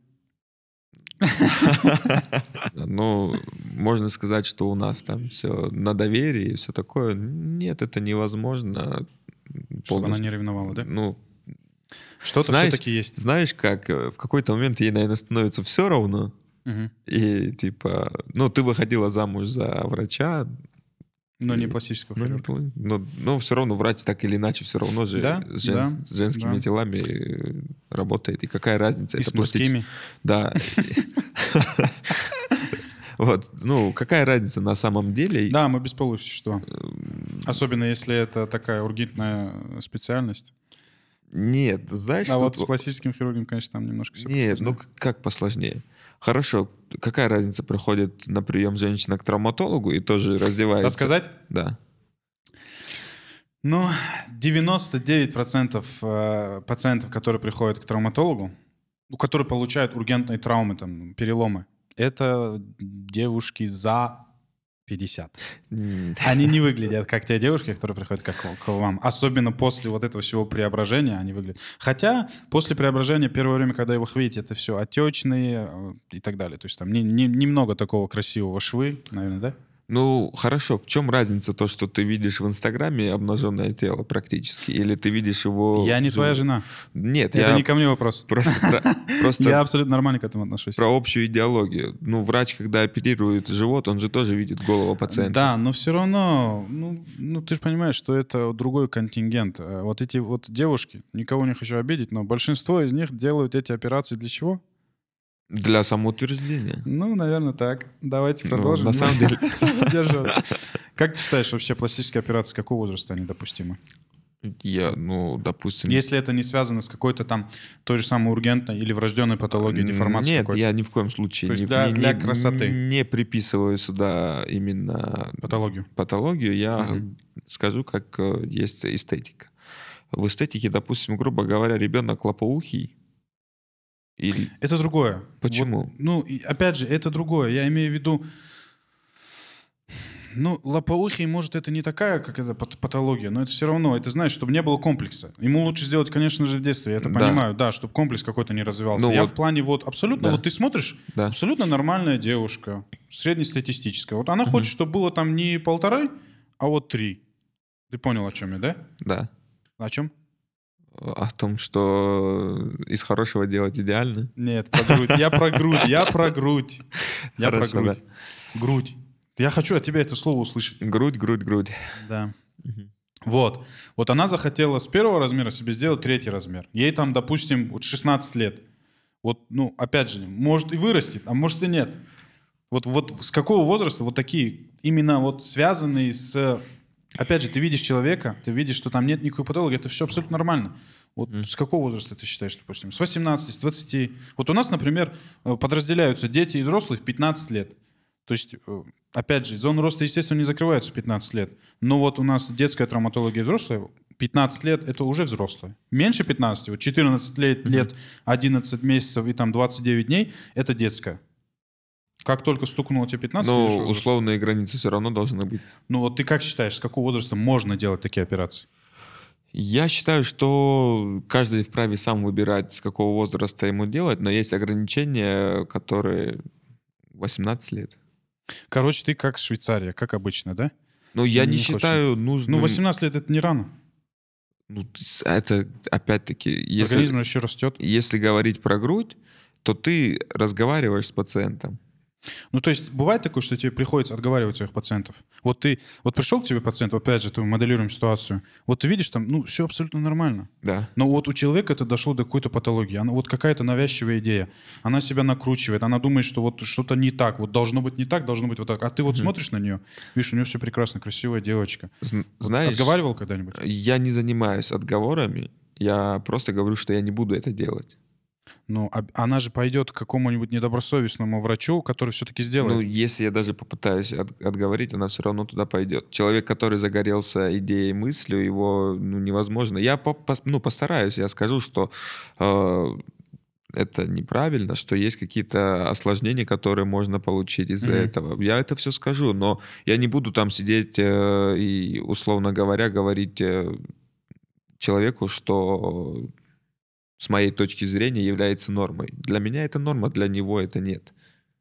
Ну, можно сказать, что у нас там все на доверии и все такое. Нет, это невозможно. Чтобы она не ревновала, да? Ну, Что-то знаешь, все-таки есть. знаешь как, в какой-то момент ей, наверное, становится все равно. Мгм. И типа, ну, ты выходила замуж за врача. Но не И- пластического Ну, хирурга. но все равно врач так или иначе все равно же Да, с женскими да. телами работает. И какая разница? И Это с мужскими. Да. Вот, ну, какая разница на самом деле? Да, мы бесполые существа. Особенно если это такая ургентная специальность. Нет, знаешь, А вот тут- с пластическим хирургом, конечно, там немножко все Нет, ну как посложнее? Хорошо, какая разница, приходит на прием женщина к травматологу и тоже раздевается? Рассказать? Да. Ну, 99% пациентов, которые приходят к травматологу, которые получают ургентные травмы, там, переломы, это девушки за 50. Они не выглядят как те девушки, которые приходят к вам. Особенно после вот этого всего преображения они выглядят. Хотя после преображения первое время, когда вы их видите, это все отечные и так далее. То есть там немного такого красивого швы, наверное, да? Ну, хорошо, в чем разница то, что ты видишь в Инстаграме обнаженное тело практически, или ты видишь его... Я не вживую? твоя жена. Нет, Это я не ко мне вопрос. просто Я абсолютно нормально к этому отношусь. про общую идеологию. Ну, врач, когда оперирует живот, он же тоже видит голову пациента. Да, но все равно, ну ты же понимаешь, что это другой контингент. Вот эти вот девушки, никого не хочу обидеть, но большинство из них делают эти операции для чего? Для самоутверждения. Ну, наверное, так. Давайте Ну, продолжим. на самом деле... Задерживаться. Как ты считаешь, вообще пластические операции с какого возраста они допустимы? Допустим... Если это не связано с какой-то там той же самой ургентной или врожденной патологией, деформацией Нет, какой-то. я ни в коем случае То есть для красоты. не приписываю сюда именно Патологию. Я скажу, как есть эстетика. В эстетике, допустим, грубо говоря, ребенок лопоухий. Или... Это другое. Почему? Вот, ну, опять же, это другое. Я имею в виду... Ну, лопоухий, может, это не такая, как это патология, но это все равно, это знаешь, чтобы не было комплекса. Ему лучше сделать, конечно же, в детстве, я это понимаю, да, чтобы комплекс какой-то не развивался. Ну, я вот, в плане вот абсолютно, да. вот ты смотришь, Да. абсолютно нормальная девушка, среднестатистическая. Вот она хочет, чтобы было там не 1,5, а вот 3. Ты понял, о чем я, да? Да. О чем? О том, что из хорошего делать идеально. Нет, про грудь. Я про грудь. Я про грудь. Я про Хорошо, грудь. Грудь. Я хочу от тебя это слово услышать. Грудь. Да. Вот. Вот она захотела с первого размера себе сделать третий размер. Ей там, допустим, вот 16 лет. Вот, ну, опять же, может и вырастет, а может и нет. Вот с какого возраста вот такие, именно вот связанные с... Опять же, ты видишь человека, ты видишь, что там нет никакой патологии, это все абсолютно нормально. Вот с какого возраста ты считаешь, допустим? С 18, с 20? Вот у нас, например, подразделяются дети и взрослые в 15 лет. То есть, опять же, зона роста, естественно, не закрывается в 15 лет. Но вот у нас детская травматология взрослая, 15 лет — это уже взрослые. Меньше 15, вот 14 лет 11 месяцев и там 29 дней — это детская. Как только стукнуло тебе 15, ты Но уже взрослый. условные границы все равно должны быть. Ну вот ты как считаешь, с какого возраста можно делать такие операции? Я считаю, что каждый вправе сам выбирать, с какого возраста ему делать, но есть ограничения, которые 18 лет. Короче, ты как Швейцария, как обычно, да? Но я Мне не не хочется. считаю Ну, нужным... 18 лет — это не рано. Ну, это, опять-таки, Организм же еще растет. если говорить про грудь, то ты разговариваешь с пациентом. Ну, то есть бывает такое, что тебе приходится отговаривать своих пациентов. Вот пришел к тебе пациент, опять же, мы моделируем ситуацию. Вот ты видишь там, ну, все абсолютно нормально. Да. Но вот у человека это дошло до какой-то патологии. Она, вот какая-то навязчивая идея. Она себя накручивает. Она думает, что вот что-то не так. Вот должно быть не так, должно быть вот так. А ты вот смотришь на нее, видишь, у нее все прекрасно, красивая девочка. Вот Знаешь, отговаривал когда-нибудь? я не занимаюсь отговорами, я просто говорю, что я не буду это делать. Ну, она же пойдет к какому-нибудь недобросовестному врачу, который все-таки Ну, сделает. если я даже попытаюсь отговорить, она все равно туда пойдет. Человек, который загорелся идеей, мыслью, его невозможно. Я постараюсь, я скажу, что это неправильно, что есть какие-то осложнения, которые можно получить из-за этого. Я это все скажу, но я не буду там сидеть и, условно говоря, говорить человеку, что с моей точки зрения является нормой. Для меня это норма, для него это нет.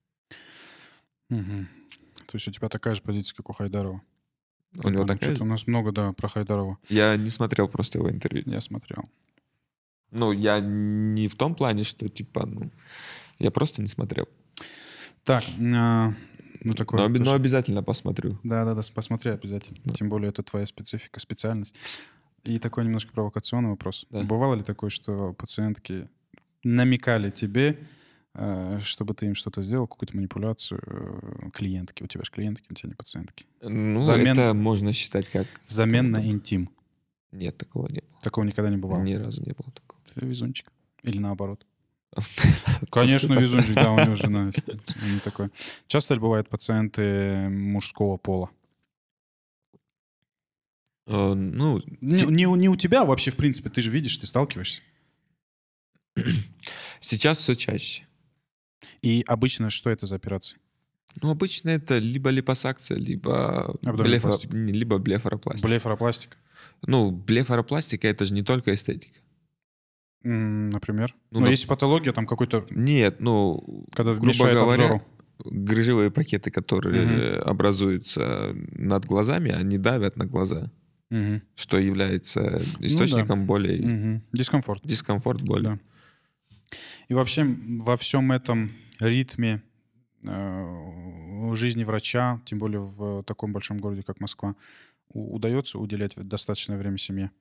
Мгм. То есть у тебя такая же позиция, как у Хайдарова. У него Понял. такая Что-то у нас много, да, про Хайдарова. Я не смотрел просто его интервью. Я смотрел. Ну, я не в том плане, что, типа, я просто не смотрел. Так, ну такое Но тоже. обязательно посмотрю. Да, посмотри обязательно. Тем более это твоя специфика, специальность. И такой немножко провокационный вопрос. Да. Бывало ли такое, что пациентки намекали тебе, чтобы ты им что-то сделал, какую-то манипуляцию, клиентки? У тебя же клиентки, у тебя не пациентки. Ну, Взамен- это можно считать как... Взамен на интим. Нет, такого не было. Такого никогда не бывало. Ни разу не было такого. Ты везунчик. Или наоборот. Конечно, везунчик, да, у него жена. Не такой. Часто ли бывают пациенты мужского пола? Ну, Не у тебя, а вообще, в принципе, ты же видишь, ты сталкиваешься. сейчас все чаще. И обычно что это за операции? Ну, обычно это либо липосакция, либо Абдоминопластика. либо блефаропластика. Блефаропластика, Ну, блефаропластика — это же не только эстетика. например. Ну, Но да. есть патология там какой-то, Нет, когда грубо мешает говоря, обзору. грыжевые пакеты, которые образуются над глазами, они давят на глаза, Мгм. что является источником боли, Мгм. Дискомфорт. дискомфорт, боли. Да. И вообще во всем этом ритме жизни врача, тем более в таком большом городе, как Москва, удается уделять достаточное время семье?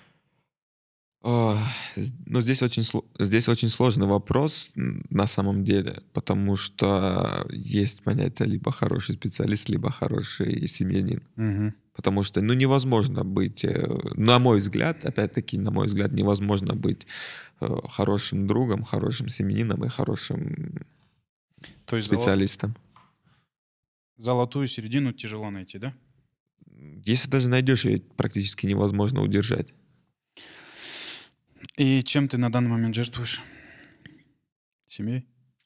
Но здесь очень сложный вопрос на самом деле, потому что есть понятие либо хороший специалист, либо хороший семьянин. Мгм. Потому что, невозможно быть, на мой взгляд, опять-таки, на мой взгляд, невозможно быть хорошим другом, хорошим семьянином и хорошим То есть специалистом. золотую середину тяжело найти, да? Если даже найдешь, ее практически невозможно удержать. И чем ты на данный момент жертвуешь? Семьей?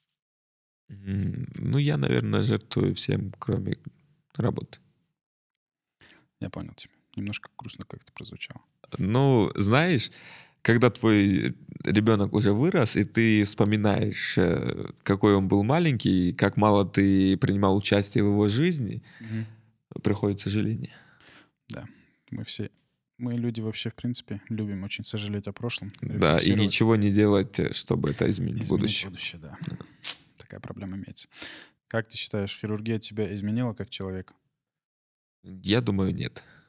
Ну, я, наверное, жертвую всем, кроме работы. Я понял тебя. Немножко грустно как-то прозвучало. Ну, знаешь, когда твой ребенок уже вырос, и ты вспоминаешь, какой он был маленький, как мало ты принимал участие в его жизни, приходит сожаление. Да, мы люди вообще, в принципе, любим очень сожалеть о прошлом. Да, и рефлексировать, ничего не делать, чтобы это изменить в изменить будущем. будущее, да. Такая проблема имеется. Как ты считаешь, хирургия тебя изменила как человека? Я думаю, нет.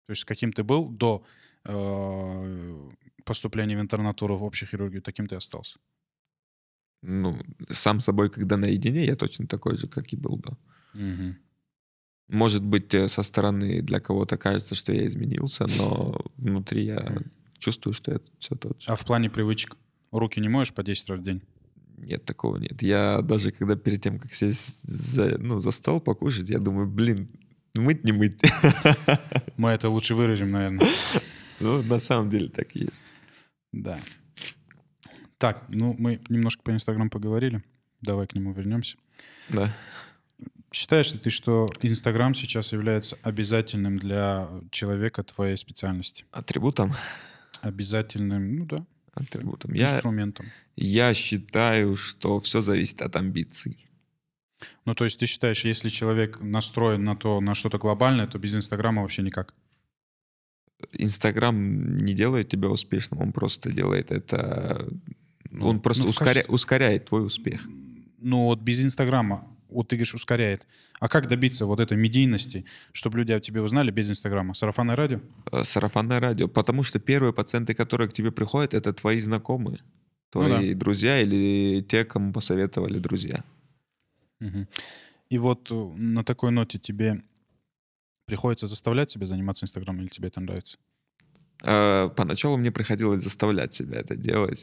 То есть каким ты был до поступления в интернатуру в общую хирургию, таким ты остался. Ну, сам собой, когда наедине, я точно такой же, как и был до. Мгм. Может быть, со стороны для кого-то кажется, что я изменился, но внутри я чувствую, что я все тот же. А в плане привычек? Руки не моешь по 10 раз в день? Нет, такого нет. Я даже когда перед тем, как сесть за стол покушать, я думаю, блин, мыть не мыть. Мы это лучше выразим, наверное. Ну, на самом деле так и есть. Да. Так, ну мы немножко по Инстаграм поговорили. Давай к нему вернемся. Да. Считаешь ли ты, что Инстаграм сейчас является обязательным для человека твоей специальности? Атрибутом? Обязательным, ну да, Атрибутом. инструментом. Я считаю, что все зависит от амбиций. Ну, то есть ты считаешь, если человек настроен на что-то глобальное, то без Инстаграма вообще никак? Инстаграм не делает тебя успешным, он просто делает это... Ну, Он просто в качестве- ускоряет твой успех. Ну, вот без Инстаграма, вот ты говоришь, ускоряет. А как добиться вот этой медийности, чтобы люди о тебе узнали без Инстаграма? Сарафанное радио? Сарафанное радио. Потому что первые пациенты, которые к тебе приходят, это твои знакомые, Ну да. твои друзья или те, кому посоветовали друзья. Мгм. И вот на такой ноте тебе приходится заставлять себя заниматься Инстаграмом, или тебе это нравится? Поначалу мне приходилось заставлять себя это делать.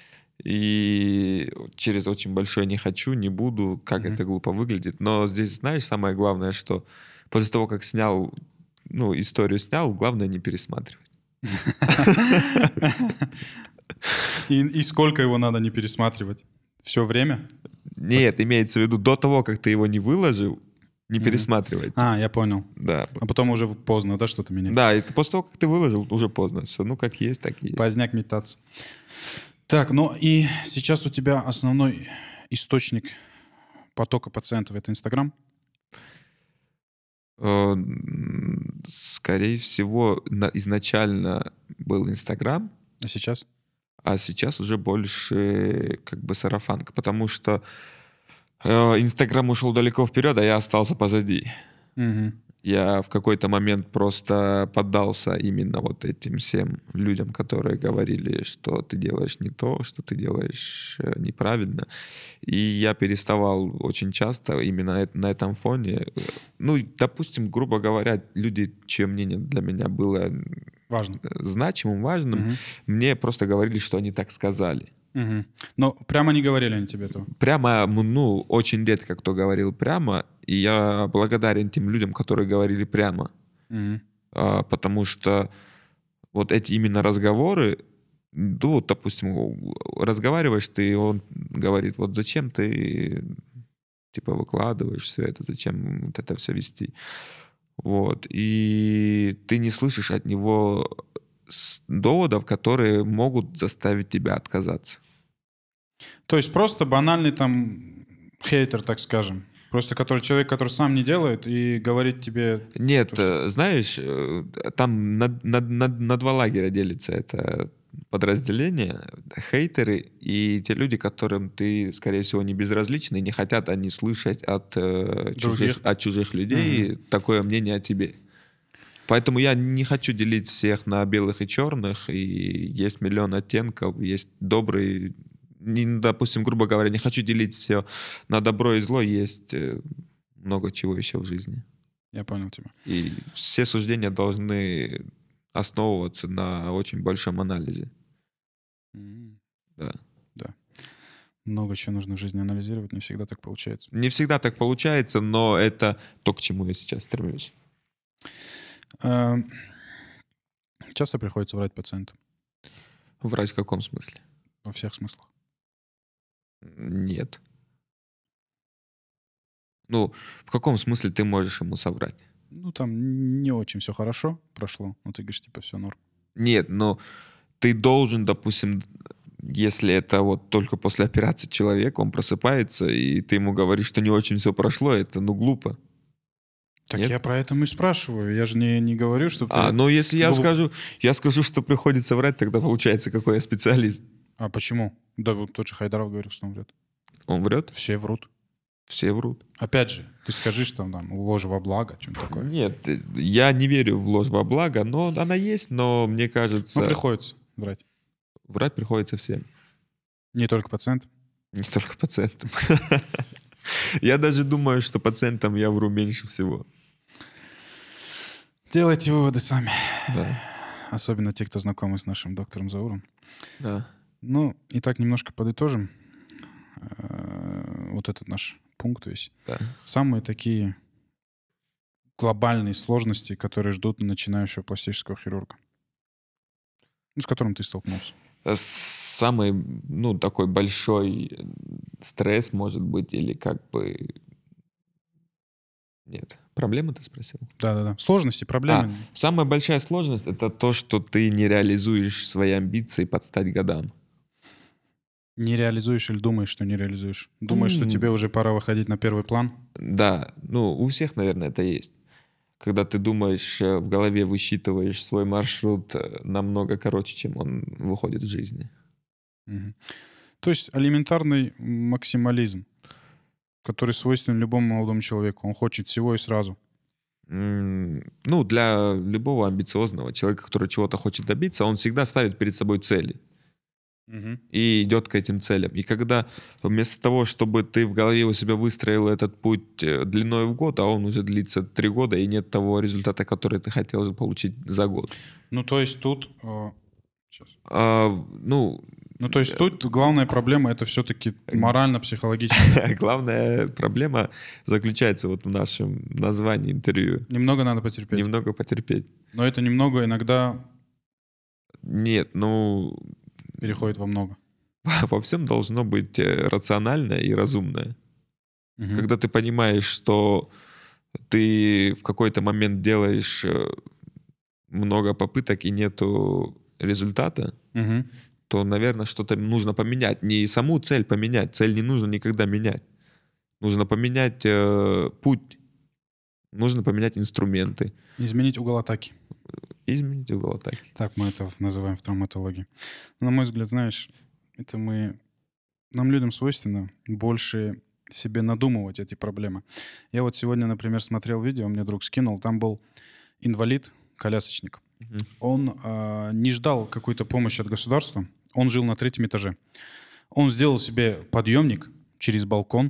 И через очень большое «не хочу», «не буду», как Мгм. это глупо выглядит. Но здесь, знаешь, самое главное, что после того, как снял, историю снял, главное не пересматривать. И сколько его надо не пересматривать? Все время? Нет, имеется в виду, до того, как ты его не выложил, не Мгм. пересматривать. А, я понял. Да. А потом уже поздно, да, что-то менять? Да, и после того, как ты выложил, уже поздно. Все, как есть, так и есть. Поздняк метаться. Так, ну и сейчас у тебя основной источник потока пациентов — это Инстаграм? Скорее всего, изначально был Инстаграм, А сейчас? а сейчас уже больше как бы сарафанка, потому что Инстаграм ушел далеко вперед, а я остался позади. Мгм. Я в какой-то момент просто поддался именно вот этим всем людям, которые говорили, что ты делаешь не то, что ты делаешь неправильно. И я переставал очень часто именно на этом фоне. Ну, допустим, грубо говоря, люди, чье мнение для меня было Важно. значимым, важным, Мгм. мне просто говорили, что они так сказали. Мгм. Но прямо не говорили они тебе этого? Прямо, очень редко кто говорил прямо, и я благодарен тем людям, которые говорили прямо. Мгм. Потому что вот эти именно разговоры, вот, допустим, разговариваешь ты, и он говорит, вот зачем ты, типа, выкладываешь все это, зачем вот это все вести. Вот. И ты не слышишь от него доводов, которые могут заставить тебя отказаться. То есть просто банальный там хейтер, так скажем. Просто человек, который сам не делает и говорит тебе... Нет, То, знаешь, там на два лагеря делится это подразделение. Хейтеры и те люди, которым ты, скорее всего, не безразличны, не хотят они слышать от Других. чужих людей такое мнение о тебе. Поэтому я не хочу делить всех на белых и черных, и есть миллион оттенков, есть добрый, допустим, грубо говоря, не хочу делить все на добро и зло, есть много чего еще в жизни. Я понял тебя. И все суждения должны основываться на очень большом анализе. М. Да. Да. Много чего нужно в жизни анализировать, не всегда так получается. Не всегда так получается, но это то, к чему я сейчас стремлюсь. Часто приходится врать пациенту Врать в каком смысле? во всех смыслах. Нет. В каком смысле ты можешь ему соврать? Ну, там не очень все хорошо прошло, но ты говоришь, типа, все норм. Нет, но ты должен, допустим, если это вот только после операции человек, он просыпается, и ты ему говоришь, что не очень все прошло, это, глупо. Так Нет? я про это и спрашиваю. Я же не говорю, что ты... Если я глуп- скажу, что приходится врать, тогда получается, какой я специалист. А почему? Да, вот тот же Хайдаров говорил, что он врет. Он врет? Все врут. Все врут. Опять же, ты скажи, что там ложь во благо, что-нибудь такое. Нет, я не верю в ложь во благо, но она есть, но мне Но кажется, приходится врать. врать приходится всем, Не только пациентам. не только пациентам. Я даже думаю, что пациентам я вру меньше всего. Делайте выводы сами. Да, Особенно те, кто знакомы с нашим доктором Зауром. да. Ну, и так немножко подытожим вот этот наш пункт весь. Да. Самые такие глобальные сложности, которые ждут начинающего пластического хирурга, ну, с которым ты столкнулся. Самый, ну, такой большой стресс, может быть, или как бы... Нет. Проблемы ты спросил? Да-да-да. Сложности, проблемы. Самая большая сложность — это то, что ты не реализуешь свои амбиции под стать годам. Не реализуешь или думаешь, что не реализуешь? Думаешь, что тебе уже пора выходить на первый план? Да, ну, у всех, наверное, это есть. Когда ты думаешь, в голове высчитываешь свой маршрут намного короче, чем он выходит в жизни. Мгм. То есть элементарный максимализм, который свойственен любому молодому человеку. Он хочет всего и сразу. Ну, для любого амбициозного человека, который чего-то хочет добиться, он всегда ставит перед собой цели Мгм. и идет к этим целям. И когда вместо того, чтобы ты в голове у себя выстроил этот путь длиной в год, а он уже длится 3 года, и нет того результата, который ты хотел получить за год. Ну, то есть тут... щас. Ну, Ну, то есть тут главная проблема — это все-таки морально-психологическая. главная проблема заключается вот в нашем названии интервью. Немного надо потерпеть. Немного потерпеть. Но это немного иногда Нет, ну, переходит во много. во всем должно быть рациональное и разумное. Мгм. Когда ты понимаешь, что ты в какой-то момент делаешь много попыток и нету результата, Мгм. то, наверное, что-то нужно поменять. Не саму цель поменять. Цель не нужно никогда менять. Нужно поменять путь. Нужно поменять инструменты. Изменить угол атаки. Изменить угол атаки. Так мы это называем в травматологии. На мой взгляд, знаешь, это нам, людям, свойственно больше себе надумывать эти проблемы. Я вот сегодня, например, смотрел видео, мне друг скинул, там был инвалид, колясочник. Мгм. Он не ждал какой-то помощи от государства. Он жил на 3-м этаже. Он сделал себе подъемник через балкон,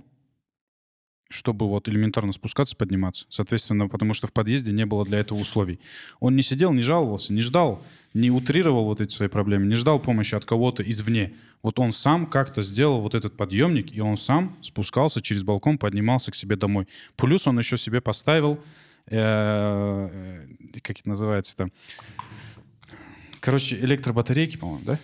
чтобы вот элементарно спускаться, подниматься. Соответственно, потому что в подъезде не было для этого условий. Он не сидел, не жаловался, не ждал, не утрировал вот эти свои проблемы, не ждал помощи от кого-то извне. Вот он сам как-то сделал вот этот подъемник, и он сам спускался через балкон, поднимался к себе домой. Плюс он еще себе поставил, как это называется-то, короче, электробатарейки, по-моему, да?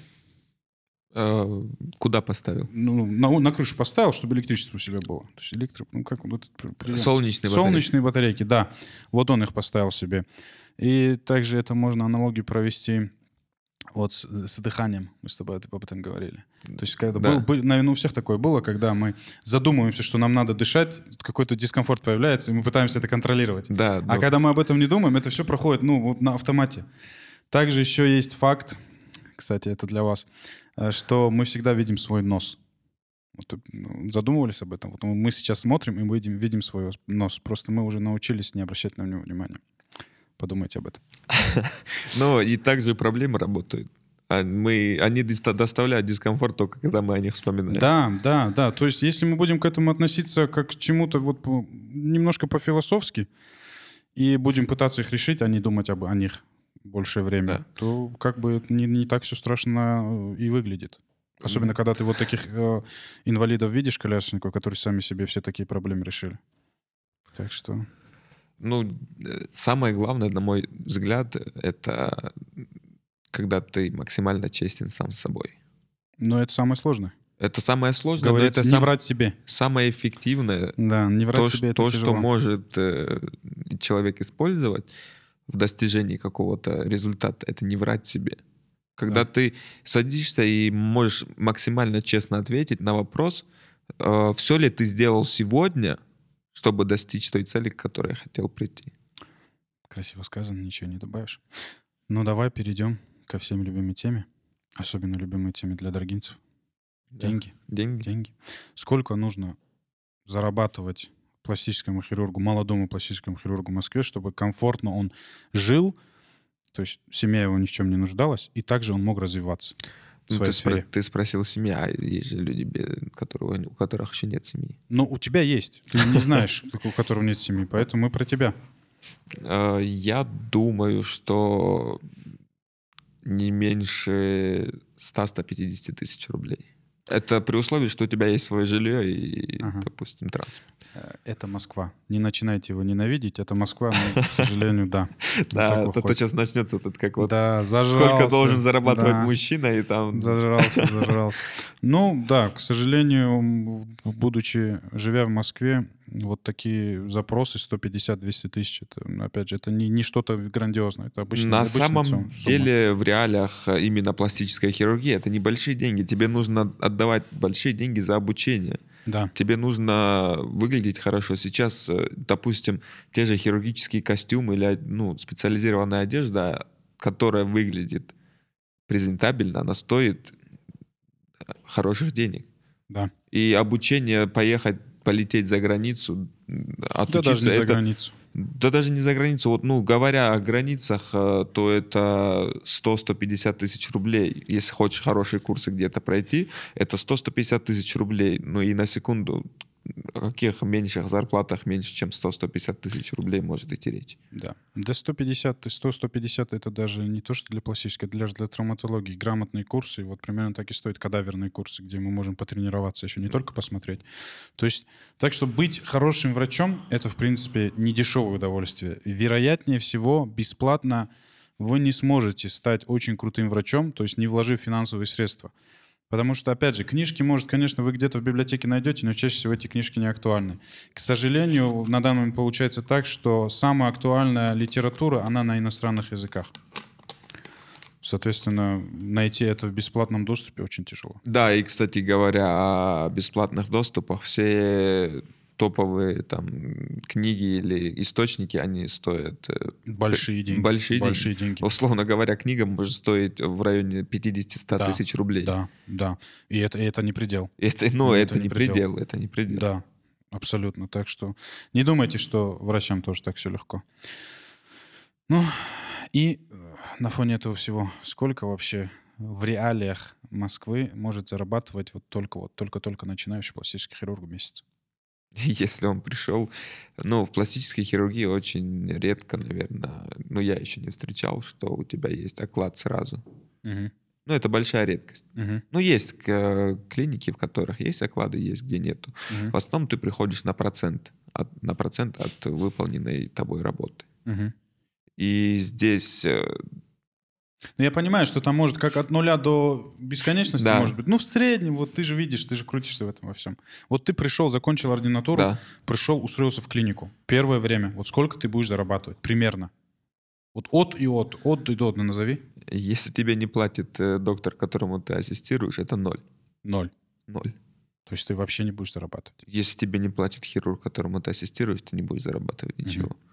Куда поставил? Ну, на крышу поставил, чтобы электричество у себя было. То есть ну как вот этот прием? Солнечные батареи. Солнечные батарейки, да. Вот он их поставил себе. И также это можно аналогию провести вот с дыханием. Мы с тобой об этом говорили. То есть когда Да. наверное, у всех такое было, когда мы задумываемся, что нам надо дышать, какой-то дискомфорт появляется, и мы пытаемся это контролировать. Да, А когда мы об этом не думаем, это все проходит, ну, вот на автомате. Также еще есть факт, кстати, это для вас, что мы всегда видим свой нос. Вот, задумывались об этом? Вот мы сейчас смотрим, и мы видим свой нос. Просто мы уже научились не обращать на него внимания. Подумайте об этом. Но и также проблемы работают. Они доставляют дискомфорт только когда мы о них вспоминаем. Да. То есть если мы будем к этому относиться как к чему-то вот немножко по-философски и будем пытаться их решить, а не думать о них большее время, Да. то как бы это не так все страшно и выглядит. Особенно, когда ты вот таких инвалидов видишь, колясочников, которые сами себе все такие проблемы решили. Так что... Ну, самое главное, на мой взгляд, это когда ты максимально честен сам с собой. Но это самое сложное. Это самое сложное, Говорится, но это не врать себе. самое эффективное. Да, не врать себе это То, тяжело. что может человек использовать в достижении какого-то результата, это не врать себе. Когда ты садишься и можешь максимально честно ответить на вопрос, все ли ты сделал сегодня, чтобы достичь той цели, к которой я хотел прийти. Красиво сказано, ничего не добавишь. Ну, давай перейдем ко всем любимой теме. Особенно любимой теме для даргинцев. Да. Деньги. Деньги. Деньги. Сколько нужно зарабатывать пластическому хирургу, молодому пластическому хирургу в Москве, чтобы комфортно он жил, то есть семья его ни в чем не нуждалась, и также он мог развиваться в Ну, своей сфере. ты спросил семья, а есть же люди, у которых еще нет семьи. Но у тебя есть. Ты не знаешь, у которого нет семьи, поэтому мы про тебя. Я думаю, что не меньше 100-150 тысяч рублей. Это при условии, что у тебя есть свое жилье и, допустим, транспорт. Это Москва. Не начинайте его ненавидеть. Это Москва, но, к сожалению, да. Да, то сейчас начнется тут как вот... Да, зажрался. Сколько должен зарабатывать мужчина, и там... Зажрался. Ну, да, к сожалению, живя в Москве, вот такие запросы 150-200 тысяч, это, опять же, это не что-то грандиозное. Это обычно. На самом деле, в реалиях именно пластическая хирургия — это небольшие деньги. Тебе нужно отдавать большие деньги за обучение. Да. Тебе нужно выглядеть хорошо. Сейчас, допустим, те же хирургические костюмы или специализированная одежда, которая выглядит презентабельно, она стоит хороших денег. Да. И обучение полететь за границу, отучиться... Да даже не за границу. Да даже не за границу. Вот, говоря о границах, то это 100-150 тысяч рублей. Если хочешь хорошие курсы где-то пройти, это 100-150 тысяч рублей. Ну и на секунду, о каких меньших зарплатах меньше, чем 100-150 тысяч рублей может идти речь? Да. До 100-150 это даже не то, что для пластической, это даже для травматологии. Грамотные курсы, вот примерно так и стоят кадаверные курсы, где мы можем потренироваться, еще не только посмотреть. То есть, так что быть хорошим врачом, это, в принципе, не дешевое удовольствие. Вероятнее всего, бесплатно вы не сможете стать очень крутым врачом, то есть не вложив финансовые средства. Потому что, опять же, книжки, может, конечно, вы где-то в библиотеке найдете, но чаще всего эти книжки не актуальны. К сожалению, на данный момент получается так, что самая актуальная литература, она на иностранных языках. Соответственно, найти это в бесплатном доступе очень тяжело. Да, и, кстати говоря, о бесплатных доступах, все топовые там книги или источники, они стоят... Большие деньги. Большие деньги. Условно говоря, книга может стоить в районе 50-100 тысяч рублей. Да. И это не предел. Это не предел. Это не предел. Да, абсолютно. Так что не думайте, что врачам тоже так все легко. Ну, и на фоне этого всего, сколько вообще в реалиях Москвы может зарабатывать только начинающий пластический хирург в месяц? Если он пришел... в пластической хирургии очень редко, наверное, я еще не встречал, что у тебя есть оклад сразу. Угу. Это большая редкость. Угу. Есть клиники, в которых есть оклады, есть где нету. Угу. В основном ты приходишь на процент от выполненной тобой работы. Угу. И здесь... Ну, я понимаю, что там может как от нуля до бесконечности, да. может быть. В среднем, вот ты же видишь, ты же крутишься в этом во всем. Вот ты пришел, закончил ординатуру, да. пришел, устроился в клинику. Первое время, вот сколько ты будешь зарабатывать? Примерно. Вот от и до, назови. Если тебе не платит доктор, которому ты ассистируешь, это 0. 0. 0. То есть ты вообще не будешь зарабатывать. Если тебе не платит хирург, которому ты ассистируешь, ты не будешь зарабатывать ничего. Угу.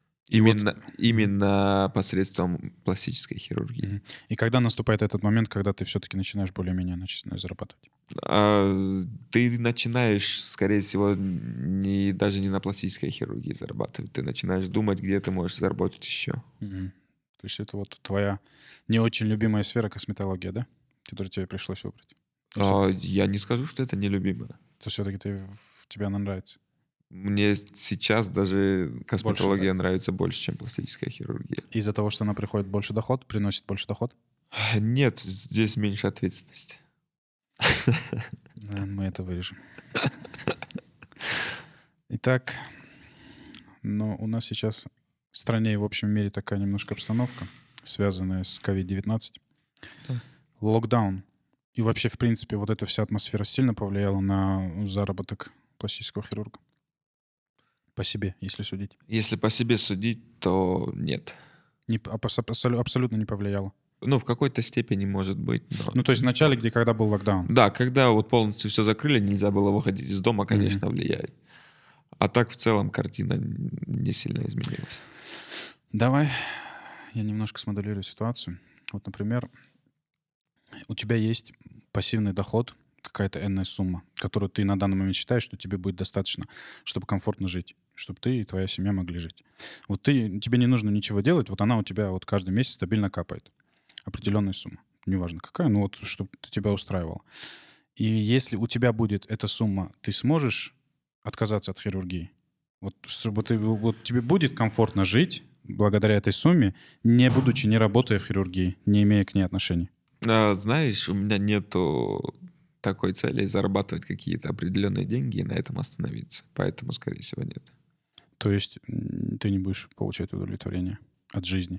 Именно посредством пластической хирургии. И когда наступает этот момент, когда ты все-таки начинаешь более-менее зарабатывать? Ты начинаешь, скорее всего, даже не на пластической хирургии зарабатывать. Ты начинаешь думать, где ты можешь заработать еще. Угу. То есть это вот твоя не очень любимая сфера косметология, да? Которую тебе пришлось выбрать? Я не скажу, что это нелюбимое. То все-таки тебе она нравится? Мне сейчас даже косметология нравится больше, чем пластическая хирургия. Из-за того, что она приносит больше доход? Нет, здесь меньше ответственности. Мы это вырежем. Итак, у нас сейчас в стране и в общем мире такая немножко обстановка, связанная с COVID-19. Да. Локдаун. И вообще, в принципе, вот эта вся атмосфера сильно повлияла на заработок пластического хирурга? По себе, если судить. Если по себе судить, то нет. Абсолютно не повлияло? В какой-то степени может быть. Но... то есть в начале, когда был локдаун? Да, когда вот полностью все закрыли, нельзя было выходить из дома, конечно, влияет. А так в целом картина не сильно изменилась. Давай я немножко смоделирую ситуацию. Вот, например, у тебя есть пассивный доход, какая-то энная сумма, которую ты на данный момент считаешь, что тебе будет достаточно, чтобы комфортно жить, чтобы ты и твоя семья могли жить. Вот тебе не нужно ничего делать, вот она у тебя вот каждый месяц стабильно капает. Определенная сумма. Неважно какая, но вот чтобы тебя устраивало. И если у тебя будет эта сумма, ты сможешь отказаться от хирургии? Вот чтобы вот тебе будет комфортно жить благодаря этой сумме, не будучи, не работая в хирургии, не имея к ней отношений? Знаешь, у меня нету такой цели зарабатывать какие-то определенные деньги и на этом остановиться. Поэтому, скорее всего, нет. То есть ты не будешь получать удовлетворение от жизни?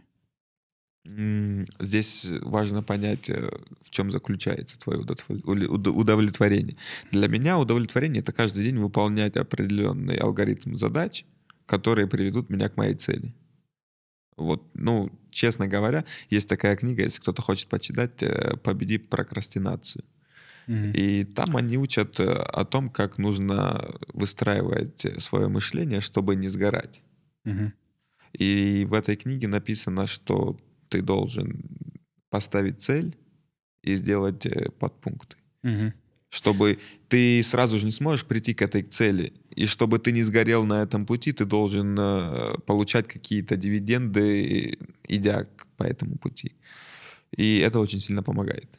Здесь важно понять, в чем заключается твое удовлетворение. Для меня удовлетворение — это каждый день выполнять определенный алгоритм задач, которые приведут меня к моей цели. Вот, ну, честно говоря, есть такая книга, если кто-то хочет почитать, «Победи прокрастинацию». Мгм. И там они учат о том, как нужно выстраивать свое мышление, чтобы не сгорать. Мгм. И в этой книге написано, что ты должен поставить цель и сделать подпункты. Мгм. Чтобы ты сразу же не сможешь прийти к этой цели. И чтобы ты не сгорел на этом пути, ты должен получать какие-то дивиденды, идя по этому пути. И это очень сильно помогает.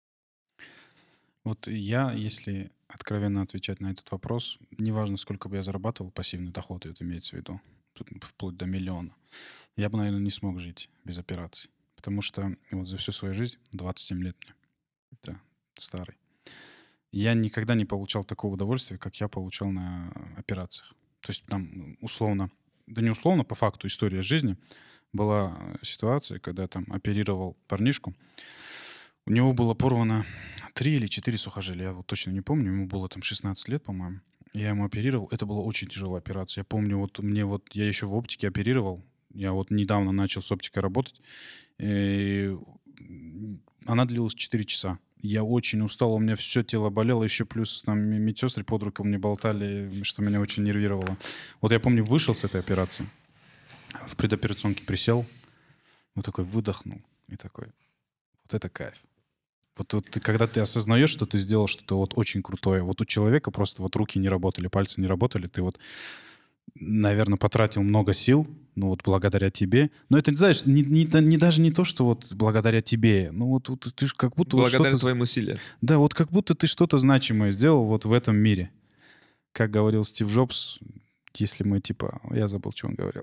Вот я, если откровенно отвечать на этот вопрос, неважно, сколько бы я зарабатывал, пассивный доход, это имеется в виду, тут вплоть до миллиона, я бы, наверное, не смог жить без операций. Потому что вот за всю свою жизнь, 27 лет мне, это старый, я никогда не получал такого удовольствия, как я получал на операциях. То есть там условно, да не условно, по факту история жизни, была ситуация, когда я там оперировал парнишку. У него было порвано 3 или 4 сухожилия, я вот точно не помню, ему было там 16 лет, по-моему. Я ему оперировал, это была очень тяжелая операция. Я помню, я еще в оптике оперировал, я вот недавно начал с оптикой работать, и она длилась 4 часа. Я очень устал, у меня все тело болело, еще плюс там медсестры под руку мне болтали, что меня очень нервировало. Вот я помню, вышел с этой операции, в предоперационке присел, вот такой выдохнул и такой, вот это кайф. Когда ты осознаешь, что ты сделал что-то вот очень крутое, вот у человека просто вот руки не работали, пальцы не работали, ты вот, наверное, потратил много сил, ну вот благодаря тебе. Но это, знаешь, даже не то, что вот благодаря тебе, ну вот ты ж как будто вот Благодаря что-то... твоим усилиям. Да, вот как будто ты что-то значимое сделал вот в этом мире. Как говорил Стив Джобс, если мы типа... Я забыл, что он говорил.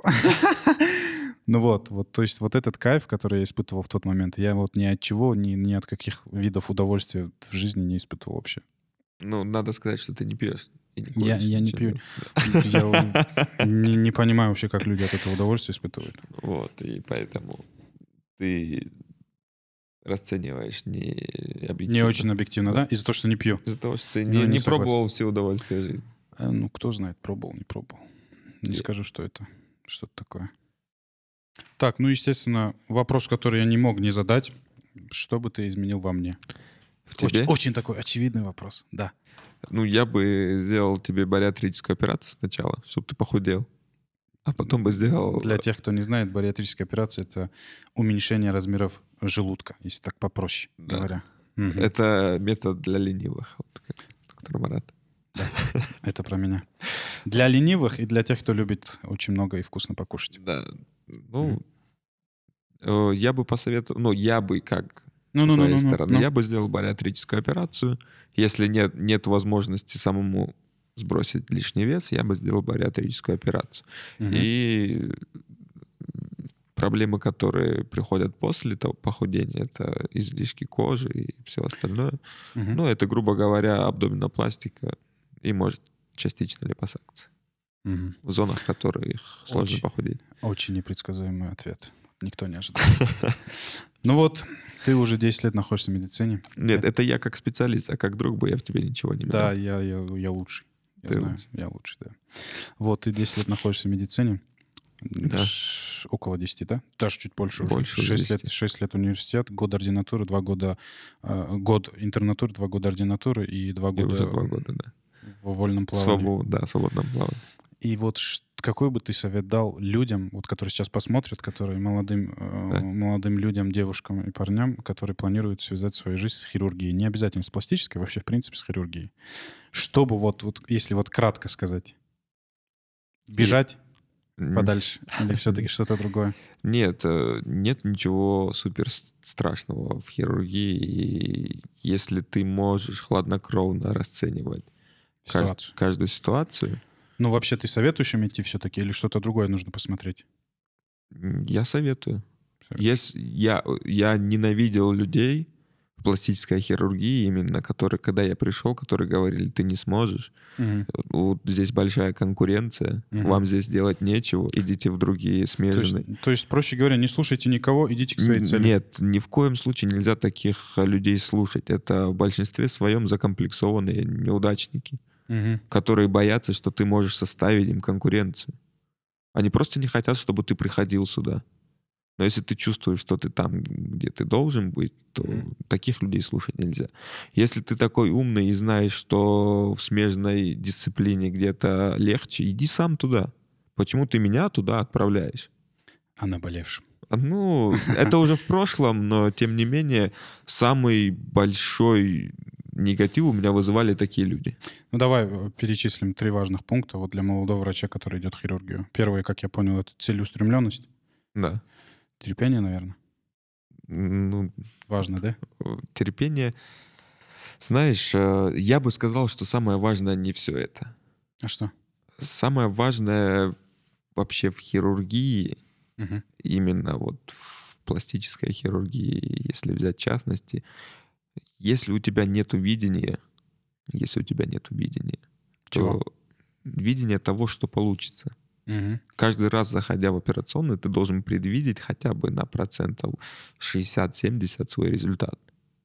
Ну вот, то есть вот этот кайф, который я испытывал в тот момент, я вот ни от чего, ни от каких видов удовольствия в жизни не испытывал вообще. Ну, надо сказать, что ты не пьешь и не куришь. Я не пью. Я не понимаю вообще, как люди от этого удовольствия испытывают. Вот, и поэтому ты расцениваешь не объективно. Не очень объективно, да? Из-за того, что не пью. Из-за того, что ты Ну, не согласен. пробовал все удовольствия жизни. Ну, кто знает, пробовал, не пробовал. Не Я- скажу, что это что-то такое. Так, ну, естественно, вопрос, который я не мог не задать. Что бы ты изменил во мне? В тебе? Очень такой очевидный вопрос, да. Ну, я бы сделал тебе бариатрическую операцию сначала, чтобы ты похудел. А потом бы сделал... Для тех, кто не знает, бариатрическая операция — это уменьшение размеров желудка, если так попроще Да. говоря. Мгм. Это метод для ленивых. Вот, как доктор Марат. Это про меня. Для ленивых и для тех, кто любит очень много и вкусно покушать. Да. Ну, я бы посоветовал... Ну, я бы как со Ну. своей стороны. Я бы сделал бариатрическую операцию. Если нет возможности самому сбросить лишний вес, я бы сделал бариатрическую операцию. Мгм. И проблемы, которые приходят после того похудения, это излишки кожи и все остальное. Мгм. Ну, это, грубо говоря, абдоминопластика и, может, частично липосакция. Мгм. В зонах, в которых сложно Очень. похудеть. Очень непредсказуемый ответ. Никто не ожидал. Ну вот, ты уже 10 лет находишься в медицине. Нет, это я как специалист, а как друг бы я в тебе ничего не Да, менял. я лучший. Я Ты знаю, лучший. я лучший, да. Вот, ты 10 лет находишься в медицине. Да. Около 10, да? Даже чуть больше уже. Больше уже 10. 6 лет университет, год ординатуры, 2 года... год интернатуры, 2 года ординатуры и 2 И года уже 2 года, да. в вольном плавании. Свободном плавании. И вот какой бы ты совет дал людям, вот, которые сейчас посмотрят, которые молодым людям, девушкам и парням, которые планируют связать свою жизнь с хирургией? Не обязательно с пластической, вообще, в принципе, с хирургией. Чтобы вот если вот кратко сказать, бежать подальше или все-таки что-то другое? Нет, нет ничего супер страшного в хирургии, и если ты можешь хладнокровно расценивать Ситуацию. каждую ситуацию. Ну, вообще, ты советуешь им идти все-таки или что-то другое нужно посмотреть? Я советую. Я ненавидел людей в пластической хирургии именно, когда я пришел, которые говорили, ты не сможешь. Вот здесь большая конкуренция, вам здесь делать нечего, идите в другие смежные. То есть, проще говоря, не слушайте никого, идите к своей цели. Нет, ни в коем случае нельзя таких людей слушать. Это в большинстве своем закомплексованные неудачники, которые боятся, что ты можешь составить им конкуренцию. Они просто не хотят, чтобы ты приходил сюда. Но если ты чувствуешь, что ты там, где ты должен быть, то таких людей слушать нельзя. Если ты такой умный и знаешь, что в смежной дисциплине где-то легче, иди сам туда. Почему ты меня туда отправляешь? А наболевшим. Ну, это уже в прошлом, но тем не менее самый большой негатив у меня вызывали такие люди. Ну, давай перечислим 3 важных пункта вот для молодого врача, который идет в хирургию. Первое, как я понял, это целеустремленность. Да. Терпение, наверное. Ну, важно, да? Терпение. Знаешь, я бы сказал, что самое важное не все это. А что? Самое важное вообще в хирургии, именно вот в пластической хирургии, если взять в частности, если у тебя нету видения, Чего? то видение того, что получится. Каждый раз, заходя в операционную, ты должен предвидеть хотя бы на процентов 60-70 свой результат.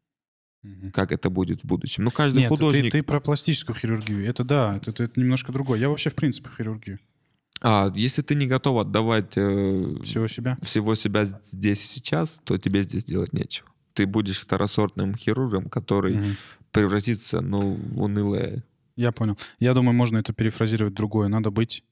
Как это будет в будущем. Ну, каждый художник... Ты про пластическую хирургию. Это да, это немножко другое. Я вообще, в принципе, в хирургию. Если ты не готов отдавать всего себя здесь и сейчас, то тебе здесь делать нечего. Ты будешь второсортным хирургом, который превратится, в унылое... Я понял. Я думаю, можно это перефразировать другое. Надо быть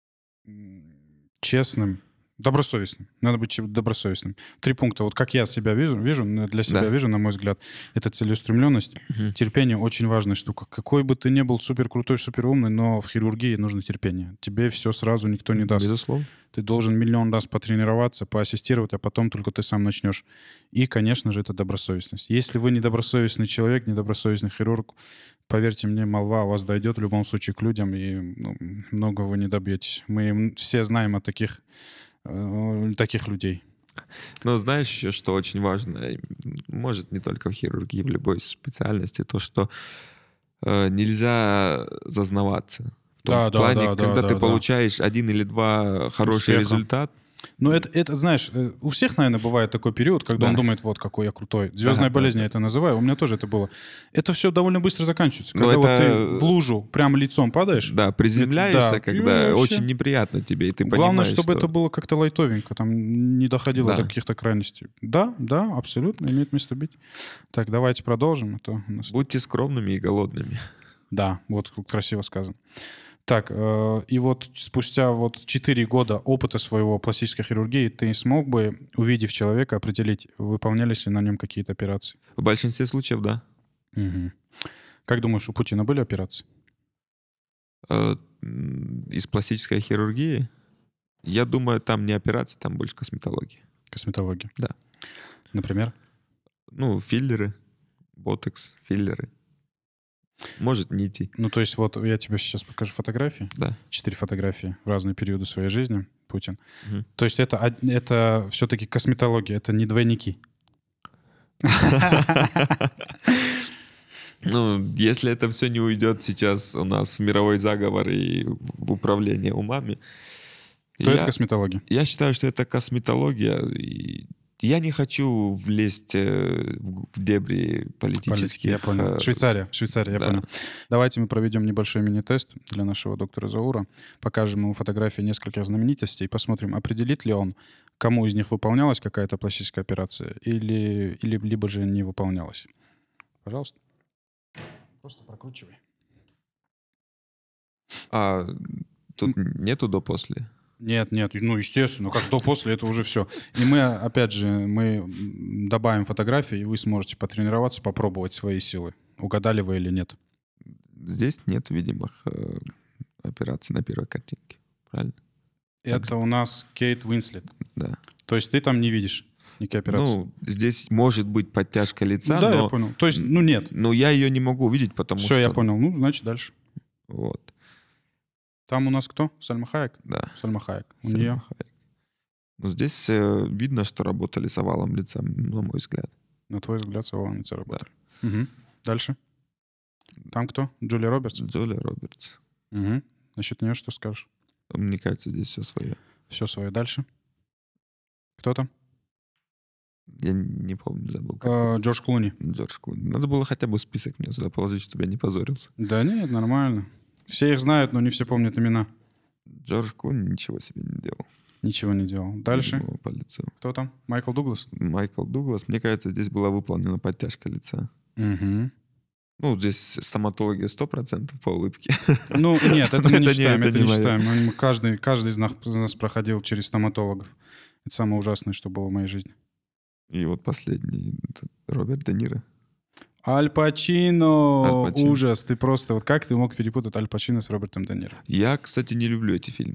честным, добросовестным. Надо быть добросовестным. 3 пункта. Вот как я себя вижу для себя вижу, на мой взгляд, это целеустремленность. Терпение — очень важная штука. Какой бы ты ни был супер крутой, супер умный, но в хирургии нужно терпение. Тебе все сразу никто не даст. Безусловно. Ты должен миллион раз потренироваться, поассистировать, а потом только ты сам начнешь. И, конечно же, это добросовестность. Если вы недобросовестный человек, недобросовестный хирург, поверьте мне, молва о вас дойдет в любом случае к людям, и много вы не добьетесь. Мы все знаем о таких людей. Но знаешь еще, что очень важно, может, не только в хирургии, в любой специальности, то, что нельзя зазнаваться. В том плане, когда ты получаешь 1 или 2 хороший результат. Ну, это, знаешь, у всех, наверное, бывает такой период, когда он думает, вот какой я крутой. Звездная болезнь я это называю, у меня тоже это было. Это все довольно быстро заканчивается. Когда вот ты в лужу прям лицом падаешь. Да, приземляешься, когда очень неприятно тебе, и ты понимаешь, главное, чтобы это было как-то лайтовенько, там не доходило до каких-то крайностей. Да, абсолютно, имеет место быть. Так, давайте продолжим. Будьте скромными и голодными. Да, вот красиво сказано. Так, и вот спустя 4 года опыта своего пластической хирургии ты смог бы, увидев человека, определить, выполнялись ли на нем какие-то операции? В большинстве случаев, да. Как думаешь, у Путина были операции? Из пластической хирургии? Я думаю, там не операции, там больше косметология. Косметология? Да. Например? Филлеры, ботокс, филлеры. Может, нити. То есть вот я тебе сейчас покажу фотографии. Да. 4 фотографии в разные периоды своей жизни. Путин. То есть это все-таки косметология, это не двойники. Если это все не уйдет сейчас у нас в мировой заговор и в управление умами... То это косметология. Я считаю, что это косметология. И я не хочу влезть в дебри политических... Я понял. Швейцария, я понял. Давайте мы проведем небольшой мини-тест для нашего доктора Заура. Покажем ему фотографии нескольких знаменитостей и посмотрим, определит ли он, кому из них выполнялась какая-то пластическая операция или либо же не выполнялась. Пожалуйста. Просто прокручивай. То Тут нету до-после? Нет, ну, естественно, как до-после, это уже все. И мы, опять же, мы добавим фотографии, и вы сможете потренироваться, попробовать свои силы. Угадали вы или нет? Здесь нет видимых операций на первой картинке. Правильно? Это у нас Кейт Уинслет. Да. То есть ты там не видишь никакие операции? Ну, здесь может быть подтяжка лица, да, но... я понял. То есть, ну, нет. Но я ее не могу увидеть, потому что... Все, я понял. Ну, значит, дальше. Вот. Там у нас кто? Сальма Хайек? Да. Сальма Хайек. У Сальма нее? Хайек. Ну, здесь видно, что работали с овалом лица, на мой взгляд. На твой взгляд, с овалом лица работали. Да. Угу. Дальше. Там кто? Джулия Робертс? Джулия Робертс. Угу. Насчет нее что скажешь? Мне кажется, здесь все свое. Все свое. Дальше. Кто там? Я не помню, забыл. Джордж Клуни. Джордж Клуни. Надо было хотя бы список мне сюда положить, чтобы я не позорился. Да нет, нормально. Все их знают, но не все помнят имена. Джордж Клуни ничего себе не делал. Ничего не делал. Дальше. По лицу. Кто там? Майкл Дуглас? Майкл Дуглас. Мне кажется, здесь была выполнена подтяжка лица. Угу. Ну, здесь стоматология 100% по улыбке. Ну, нет, это мы не считаем. Это не моё. считаем. Каждый из нас проходил через стоматологов. Это самое ужасное, что было в моей жизни. И вот последний. Роберт Де Ниро. Аль Пачино. Аль Пачино. Ужас. Ты просто... Вот как ты мог перепутать Аль Пачино с Робертом Де Ниро? Я, кстати, не люблю эти фильмы.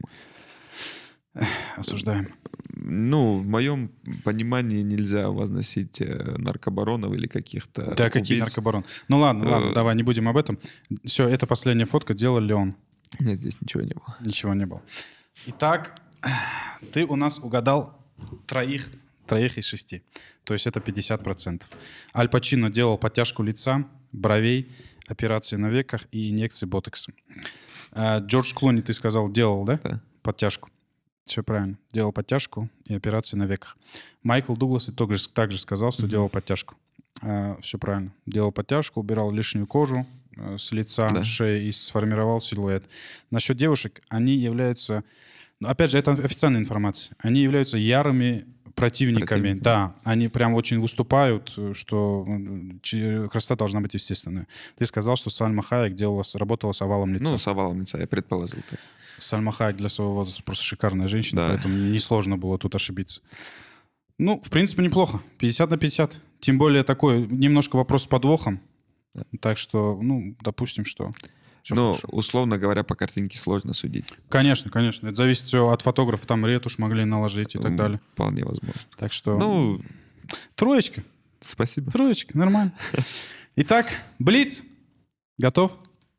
Осуждаем. Ну, в моем понимании нельзя возносить наркобаронов или каких-то Да, какие убийц. наркобарон? Ну ладно, давай, не будем об этом. Все, это последняя фотка. Делал ли он? Нет, здесь ничего не было. Ничего не было. Итак, ты у нас угадал троих из 6. То есть это 50%. Аль Пачино делал подтяжку лица, бровей, операции на веках и инъекции ботокса. Джордж Клуни, ты сказал, делал, да? Да. Подтяжку. Все правильно. Делал подтяжку и операции на веках. Майкл Дуглас также сказал, что делал подтяжку. Все правильно. Делал подтяжку, убирал лишнюю кожу с лица, Да. шеи и сформировал силуэт. Насчет девушек, они являются... Опять же, это официальная информация. Они являются ярыми противниками. Да, они прям очень выступают, что красота должна быть естественная. Ты сказал, что Сальма Хайек работала с овалом лица. Ну, с овалом лица, я предположил. Так. Сальма Хайек для своего возраста просто шикарная женщина, Да. поэтому несложно было тут ошибиться. Ну, в принципе, неплохо. 50 на 50. Тем более такой немножко вопрос с подвохом. Да. Так что, ну, допустим, что всё Но, хорошо. условно говоря, по картинке сложно судить. Конечно. Это зависит все от фотографа. Там ретушь могли наложить и так далее. Вполне возможно. Так что... Ну, Троечка. спасибо. Троечка. Нормально. Итак, блиц. Готов?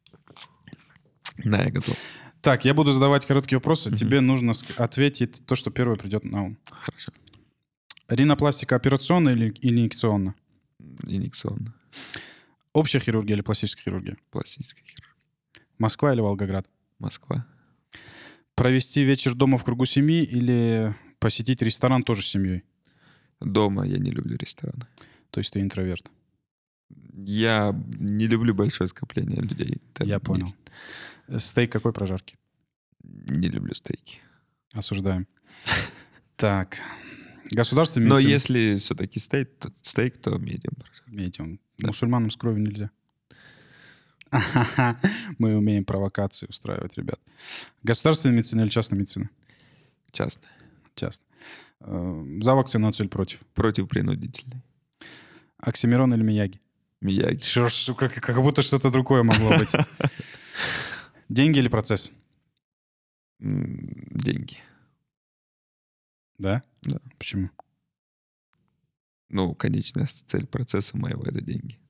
Да, я готов. Так, я буду задавать короткие вопросы. Тебе нужно ответить то, что первое придет на ум. Хорошо. Ринопластика операционная или инъекционная? Инъекционно. Общая хирургия или пластическая хирургия? Пластическая хирургия. Москва или Волгоград? Москва. Провести вечер дома в кругу семьи или посетить ресторан тоже с семьей? Дома я не люблю рестораны. То есть ты интроверт. Я не люблю большое скопление людей. Там Я понял. есть. Стейк какой прожарки? Не люблю стейки. Осуждаем. Так. Государственная Но медицина. если все-таки стейк, то медиум. Медиум. Да. Мусульманам с кровью нельзя. Мы умеем провокации устраивать, ребят. Государственная медицина или частная медицина? Часто. Частно. За вакцинацию или против? Против принудительной. Оксимирон или Мияги? Мияги. Как будто что-то другое могло быть. Деньги или процесс? Деньги. Да? Да. Почему? Ну, конечная цель процесса моего — это деньги.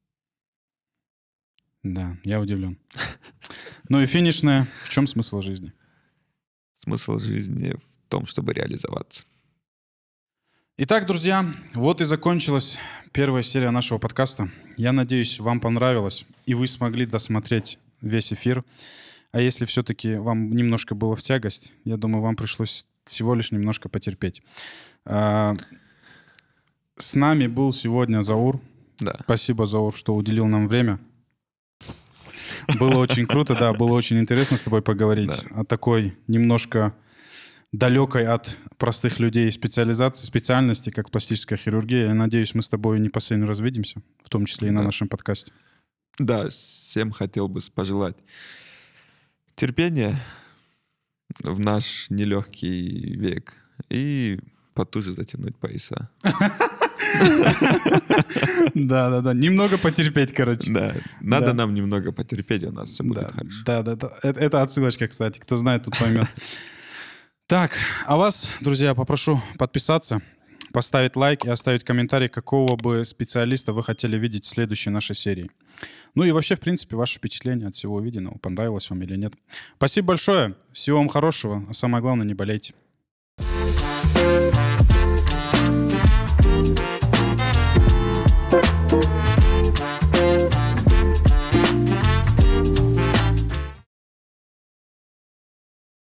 Да, я удивлен. Ну и финишное. В чем смысл жизни? Смысл жизни в том, чтобы реализоваться. Итак, друзья, вот и закончилась первая серия нашего подкаста. Я надеюсь, вам понравилось, и вы смогли досмотреть весь эфир. А если все-таки вам немножко было в тягость, я думаю, вам пришлось всего лишь немножко потерпеть. С нами был сегодня Заур. Да. Спасибо, Заур, что уделил нам время. Было очень круто, да, было очень интересно с тобой поговорить о такой немножко далекой от простых людей специальности, как пластическая хирургия. Я надеюсь, мы с тобой не последний раз видимся, в том числе и на нашем подкасте. Да, всем хотел бы пожелать терпения, в наш нелегкий век и потуже затянуть пояса. Да. Немного потерпеть, короче. Да, надо нам немного потерпеть, у нас все будет хорошо. Да. Это отсылочка, кстати. Кто знает, тот поймет. Так, а вас, друзья, попрошу подписаться, поставить лайк и оставить комментарий, какого бы специалиста вы хотели видеть в следующей нашей серии. Ну и вообще, в принципе, ваше впечатление от всего увиденного, понравилось вам или нет. Спасибо большое, всего вам хорошего, а самое главное, не болейте.